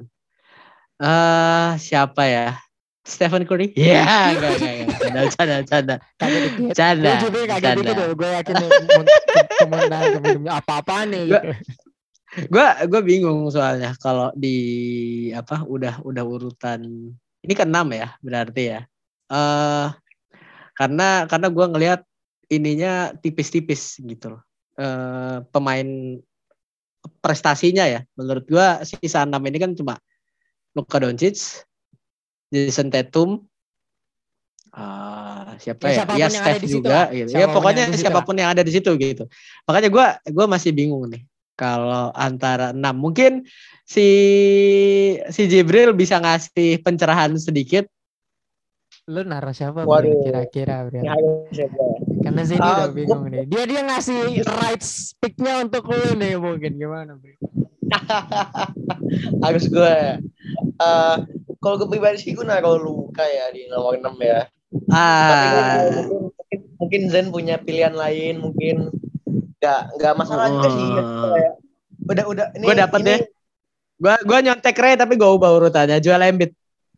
Siapa ya? Stephen Curry? Ya, enggak. Canda. Gue juga kaget dikit loh. Gue yakin kemudian apa-apaan nih gitu. Gue bingung soalnya kalau di udah urutan ini ke-6 ya berarti ya. Karena gue ngelihat ininya tipis-tipis gitu loh. Pemain prestasinya ya. Menurut gue sisa 6 ini kan cuma Luka Doncic, Jason Tatum, siapa ya? Ya Steph juga gitu. Ya pokoknya siapapun yang ada di situ gitu. Makanya gue masih bingung nih. Kalau antara 6 mungkin si Jibril bisa ngasih pencerahan sedikit. Lu naruh siapa kira-kira Bro? Karena Zeni udah bingung nih. Dia ngasih right pick-nya untuk lu nih mungkin gimana Bro? Harus gue. Kalau gue pribadi sih gue naruh Luka ya di nomor 6 ya. Tapi mungkin Zen punya pilihan lain, mungkin nggak masalah juga sih. Udah ini. Gue dapet deh. Gue nyontek Ray tapi gue ubah urutannya. Joel Embiid.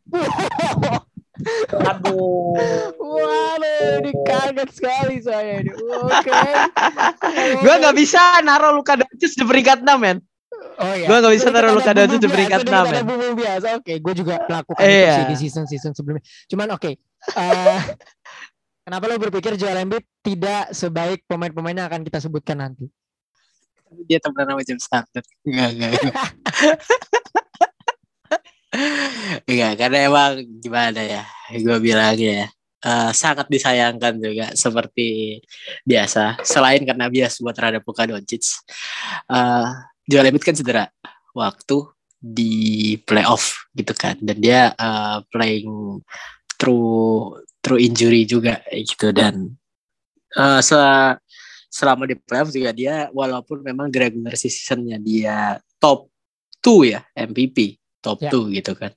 Waduh, ini kaget sekali saya ini. Oke. Gue nggak bisa naruh Luka Doncic di peringkat 6 men. Oh ya. Gue nggak bisa Lebih taruh kepada Luka Doncic di bumbu peringkat biasa, 6 lebih men. kepada bumbu biasa. Oke, gue juga melakukan itu sih di Iya. season sebelumnya. Cuman oke. Kenapa lo berpikir Joel Embiid tidak sebaik pemain-pemain yang akan kita sebutkan nanti? Dia temenan sama James Harden. Enggak. Enggak, karena emang gimana ya, gue bilang ya, sangat disayangkan juga seperti biasa. Selain karena bias buat terhadap Luka Doncic, Joel Embiid kan cedera waktu di playoff gitu kan, dan dia playing through injury juga gitu, dan selama di playoff juga dia walaupun memang di regular seasonnya dia top 2 ya MVP top Ya. 2 gitu kan.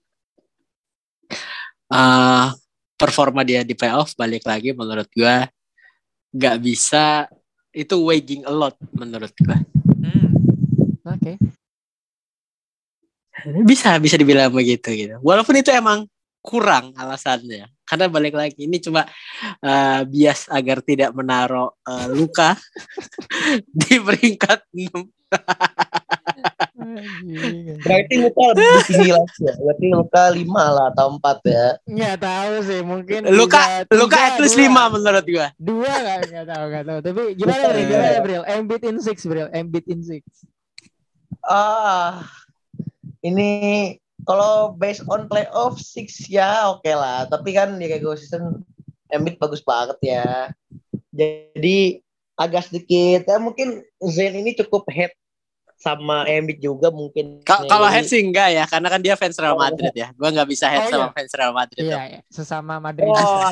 Performa dia di playoff balik lagi menurut gua nggak bisa, itu weighing a lot menurut gua. Oke. Bisa dibilang begitu gitu. Walaupun itu emang kurang alasannya. Karena balik lagi ini cuma bias agar tidak menaruh Luka di peringkat 6. Berarti Luka lebih tinggi lagi ya. Berarti Luka 5 lah atau 4 ya. Nggak tahu sih, mungkin Luka bisa 3, at least 2. 5 menurut gua. 2 nggak tahu. Tapi gimana Bril? Embiid in 6 Bril. Embiid in 6. Ini kalau based on playoff 6 ya oke lah. Tapi kan di regular season Embiid bagus banget ya. Jadi agak sedikit ya mungkin Zayn ini cukup head sama Embiid juga mungkin. Kalau head sih enggak ya, karena kan dia fans Real Madrid ya. Gua nggak bisa head sama fans Real Madrid. Iya, sesama Madrid.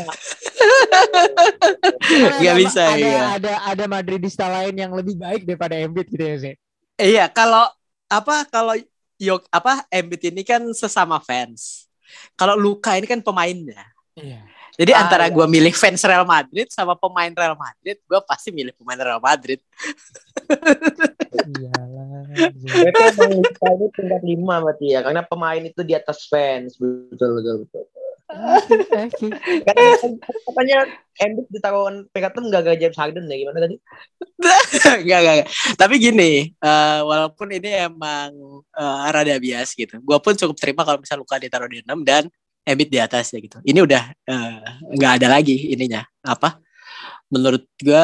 Nggak bisa ya. Ada Madridista lain yang lebih baik daripada Embiid gitu ya Zayn. Iya, kalau Embiid ini kan sesama fans. Kalau Luka ini kan pemainnya. Iya. Jadi antara gue milih fans Real Madrid sama pemain Real Madrid, gue pasti milih pemain Real Madrid. Iyalah. Berarti emang Luka ini tingkat 5 berarti ya, karena pemain itu di atas fans. Betul. Oke. Katanya Embiid ditaruh peringkat 6 gak James Harden ya, gimana tadi? Enggak. Tapi gini, walaupun ini emang rada bias gitu, gue pun cukup terima kalau misalnya Luka ditaruh di 6 dan Embiid di atas ya gitu. Ini udah nggak ada lagi ininya. Menurut gue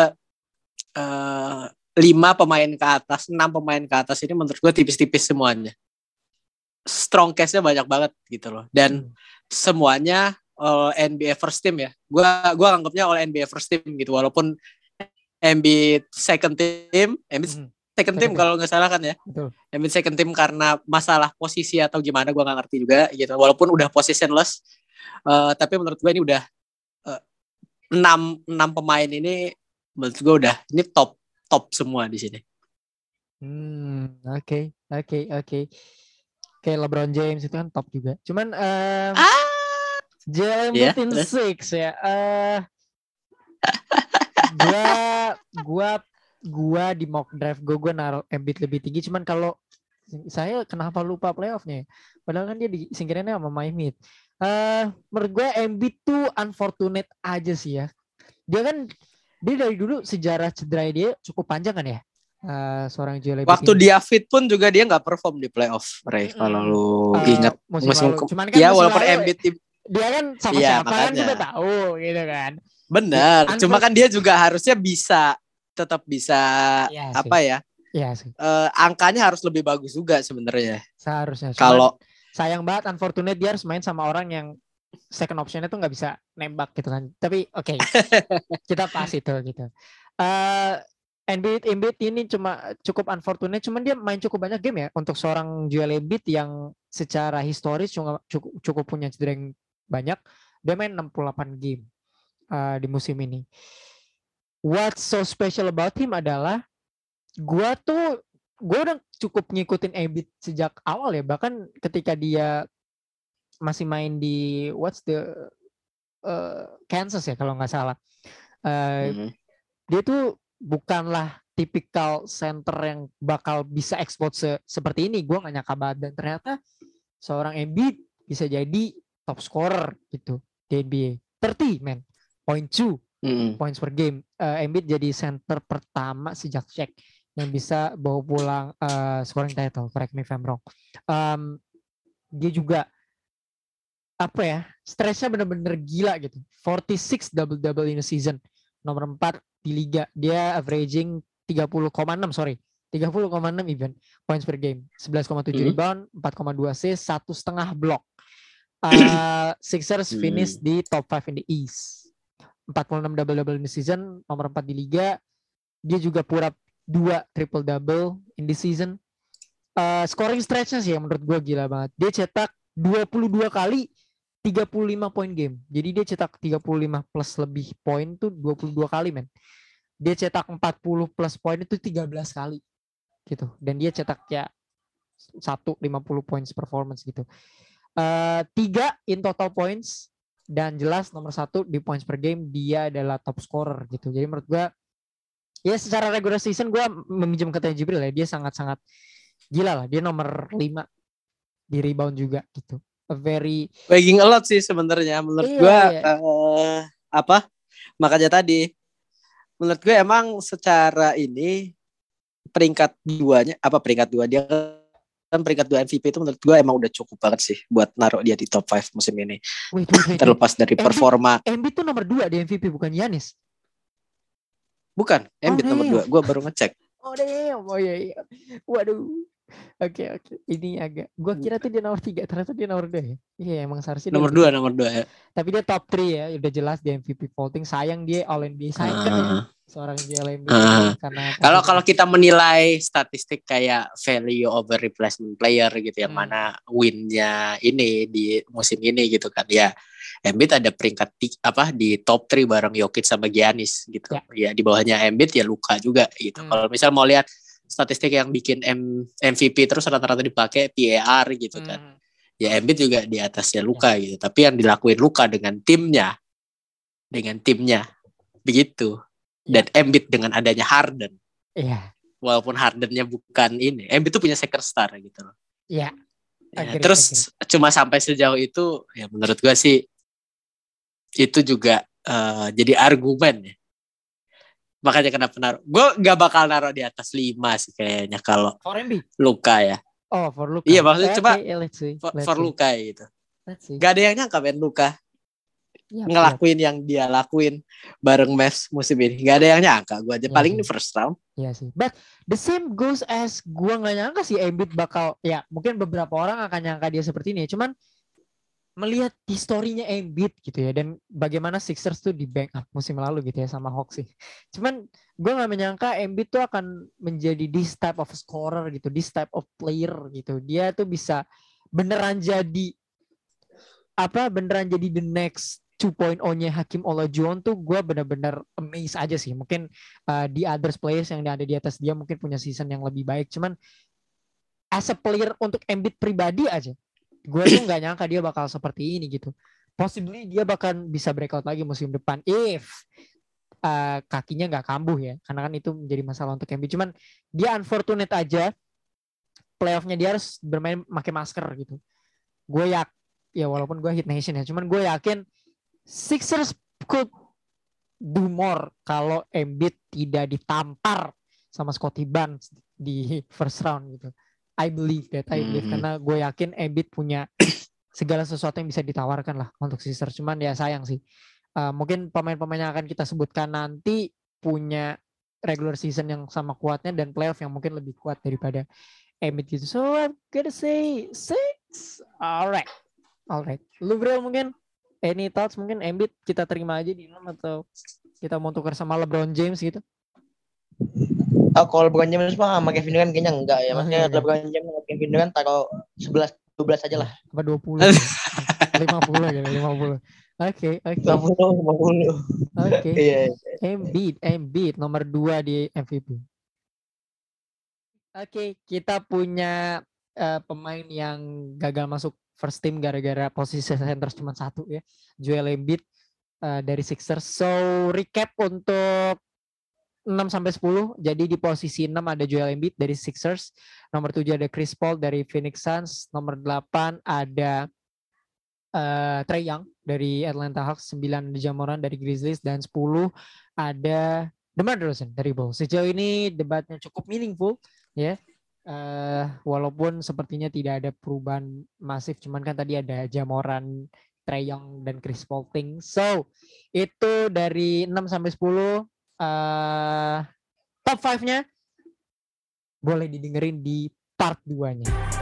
5 pemain ke atas, 6 pemain ke atas ini menurut gue tipis-tipis semuanya. Strong case-nya banyak banget gitu loh. Dan semuanya NBA first team ya. Gua anggapnya all NBA first team gitu. Walaupun Embiid second team, second team kalau nggak salah kan ya. Betul. Embiid second team karena masalah posisi atau gimana gue nggak ngerti juga gitu. Walaupun udah positionless, tapi menurut gue ini udah 6 pemain ini menurut gue udah ini top semua di sini. Oke. Kayak LeBron James itu kan top juga. Cuman Joel Embiid in 6 ya. Gua di mock draft gue naruh Embiid lebih tinggi. Cuman kalau saya kenapa lupa playoffnya? Padahal kan dia disingkirinnya sama Miami. Menurut gue Embiid tuh unfortunate aja sih ya. Dia dari dulu sejarah cedera dia cukup panjang kan ya. Seorang Joel Embiid waktu dia fit pun juga dia nggak perform di playoff, Ray. Kalau lu ingat musim lalu. Cuman kan ya walaupun Embiid dia kan sama siapa kan kita tahu gitu kan. Benar. Cuma kan dia juga harusnya tetap bisa apa ya? Iya sih. Angkanya harus lebih bagus juga sebenarnya. Seharusnya. Kalau sayang banget unfortunate dia harus main sama orang yang second optionnya tuh nggak bisa nembak gitu kan. Tapi oke. Kita pas itu gitu. Embiid ini cuma cukup unfortunate, cuman dia main cukup banyak game ya untuk seorang Joel Embiid yang secara historis cukup punya cedera yang banyak. Dia main 68 game di musim ini. What's so special about him adalah gue udah cukup ngikutin Embiid sejak awal ya, bahkan ketika dia masih main di Kansas ya kalau nggak salah. Dia tuh bukanlah tipikal center yang bakal bisa expose seperti ini. Gue gak nyangka banget, dan ternyata seorang Embiid bisa jadi top scorer gitu di NBA. 30 points per game. Embiid jadi center pertama sejak Shaq yang bisa bawa pulang scoring title. Correct me if I'm wrong. Dia juga apa ya, stretchnya bener-bener gila gitu. 46 double-double in a season. Nomor 4 di liga. Dia averaging 30,6 sorry. 30,6 even points per game. 11,7 rebound, 4,2 assist, 1,5 block. Sixers finish di top 5 in the East. 46 double-double in the season, nomor 4 di liga. Dia juga pura 2 triple-double in the season. Scoring stretchnya sih yang menurut gue gila banget. Dia cetak 22 kali 35 point game. Jadi dia cetak 35 plus lebih poin tuh 22 kali men. Dia cetak 40 plus poin itu 13 kali gitu. Dan dia cetak ya 50 points performance gitu. 3 in total points, dan jelas nomor 1 di points per game. Dia adalah top scorer gitu. Jadi menurut gue ya secara regular season gue meminjam katanya Jibril ya, dia sangat-sangat gila lah. Dia nomor 5 di rebound juga gitu. A very Wagging a lot sih sebenarnya menurut gue. Apa makanya tadi menurut gue emang secara ini peringkat 2-nya peringkat 2 dia kan peringkat 2 MVP itu menurut gue emang udah cukup banget sih buat naruh dia di top 5 musim ini. Wait. Terlepas dari performa. Embiid tuh nomor 2 di MVP bukan Giannis. Bukan, Embiid nomor 2. Gue baru ngecek. Oh iya. Waduh. Oke. Ini agak, gue kira tuh dia nomor 3, ternyata dia nomor 2 ya. Iya emang seharusnya nomor 2 ya. Tapi dia top 3 ya, udah jelas di MVP voting. Sayang dia All NBA sign kan ya. Seorang Joel Embiid karena kalau kita menilai statistik kayak value over replacement player gitu yang mana win-nya ini di musim ini gitu kan ya. Embiid ada peringkat di top 3 bareng Jokic sama Giannis gitu. Ya di bawahnya Embiid ya Luka juga gitu. Kalau misal mau lihat statistik yang bikin MVP terus rata-rata dipakai PAR gitu kan. Ya Embiid juga di atasnya Luka gitu. Tapi yang dilakuin Luka dengan timnya begitu. Dan Embiid dengan adanya Harden. Iya. Walaupun Hardennya bukan ini, Embiid tuh punya second star gitu loh. Iya. Terus cuma sampai sejauh itu ya menurut gua sih itu juga jadi argumen ya. Makanya kenapa naruh. Gue gak bakal naruh di atas 5 sih kayaknya kalau Luka ya. Oh, for Luka. Iya maksudnya coba for Luka gitu. Gak ada yang nyangka men Luka ngelakuin yang dia lakuin bareng Mavs musim ini. Gak ada yang nyangka. Gue aja paling ini first round. Iya sih. But the same goes as gue gak nyangka sih Embiid bakal, ya mungkin beberapa orang akan nyangka dia seperti ini. Cuman melihat historinya Embiid gitu ya, dan bagaimana Sixers tuh di bank up musim lalu gitu ya sama Hawks sih. Cuman gue nggak menyangka Embiid tuh akan menjadi this type of scorer gitu, this type of player gitu. Dia tuh bisa beneran jadi the next 2.0-nya Hakeem Olajuwon tuh gue bener-bener amazed aja sih. Mungkin the others players yang ada di atas dia mungkin punya season yang lebih baik. Cuman as a player untuk Embiid pribadi aja, gue tuh nggak nyangka dia bakal seperti ini gitu. Possibly dia bahkan bisa breakout lagi musim depan if kakinya nggak kambuh ya, karena kan itu menjadi masalah untuk Embiid. Cuman dia unfortunate aja, playoffnya dia harus bermain pakai masker gitu. Gue ya walaupun gue hit nation ya, cuman gue yakin Sixers could do more kalau Embiid tidak ditampar sama Scottie Barnes di first round gitu. I believe karena gue yakin Embiid punya segala sesuatu yang bisa ditawarkan lah untuk Sixers. Cuman ya sayang sih. Mungkin pemain-pemain yang akan kita sebutkan nanti punya regular season yang sama kuatnya dan playoff yang mungkin lebih kuat daripada Embiid gitu. So I'm gonna say 6. Alright. Lu bro mungkin any thoughts, mungkin Embiid kita terima aja di 6 atau kita mau tukar sama LeBron James gitu? Kalau LeBron James sama Kevin Durant kayaknya enggak ya. Maksudnya LeBron James sama Kevin Durant taruh 11-12 aja lah. Apa 20 gitu. 50 gitu, 50. Oke. 50. Oke. Embiid nomor 2 di MVP. Oke, kita punya pemain yang gagal masuk first team gara-gara posisi center cuma 1 ya. Joel Embiid dari Sixers. So recap untuk 6-10. Jadi di posisi 6 ada Joel Embiid dari Sixers. Nomor 7 ada Chris Paul dari Phoenix Suns. Nomor 8 ada Trae Young dari Atlanta Hawks. 9 ada Ja Morant dari Grizzlies. Dan 10 ada DeMar DeRozan dari Bulls. Sejauh ini debatnya cukup meaningful ya. Walaupun sepertinya tidak ada perubahan masif, cuman kan tadi ada Jamoran, Trae Young dan Chris Paul thing. So, itu dari 6 sampai 10 top 5-nya boleh didengerin di part 2-nya.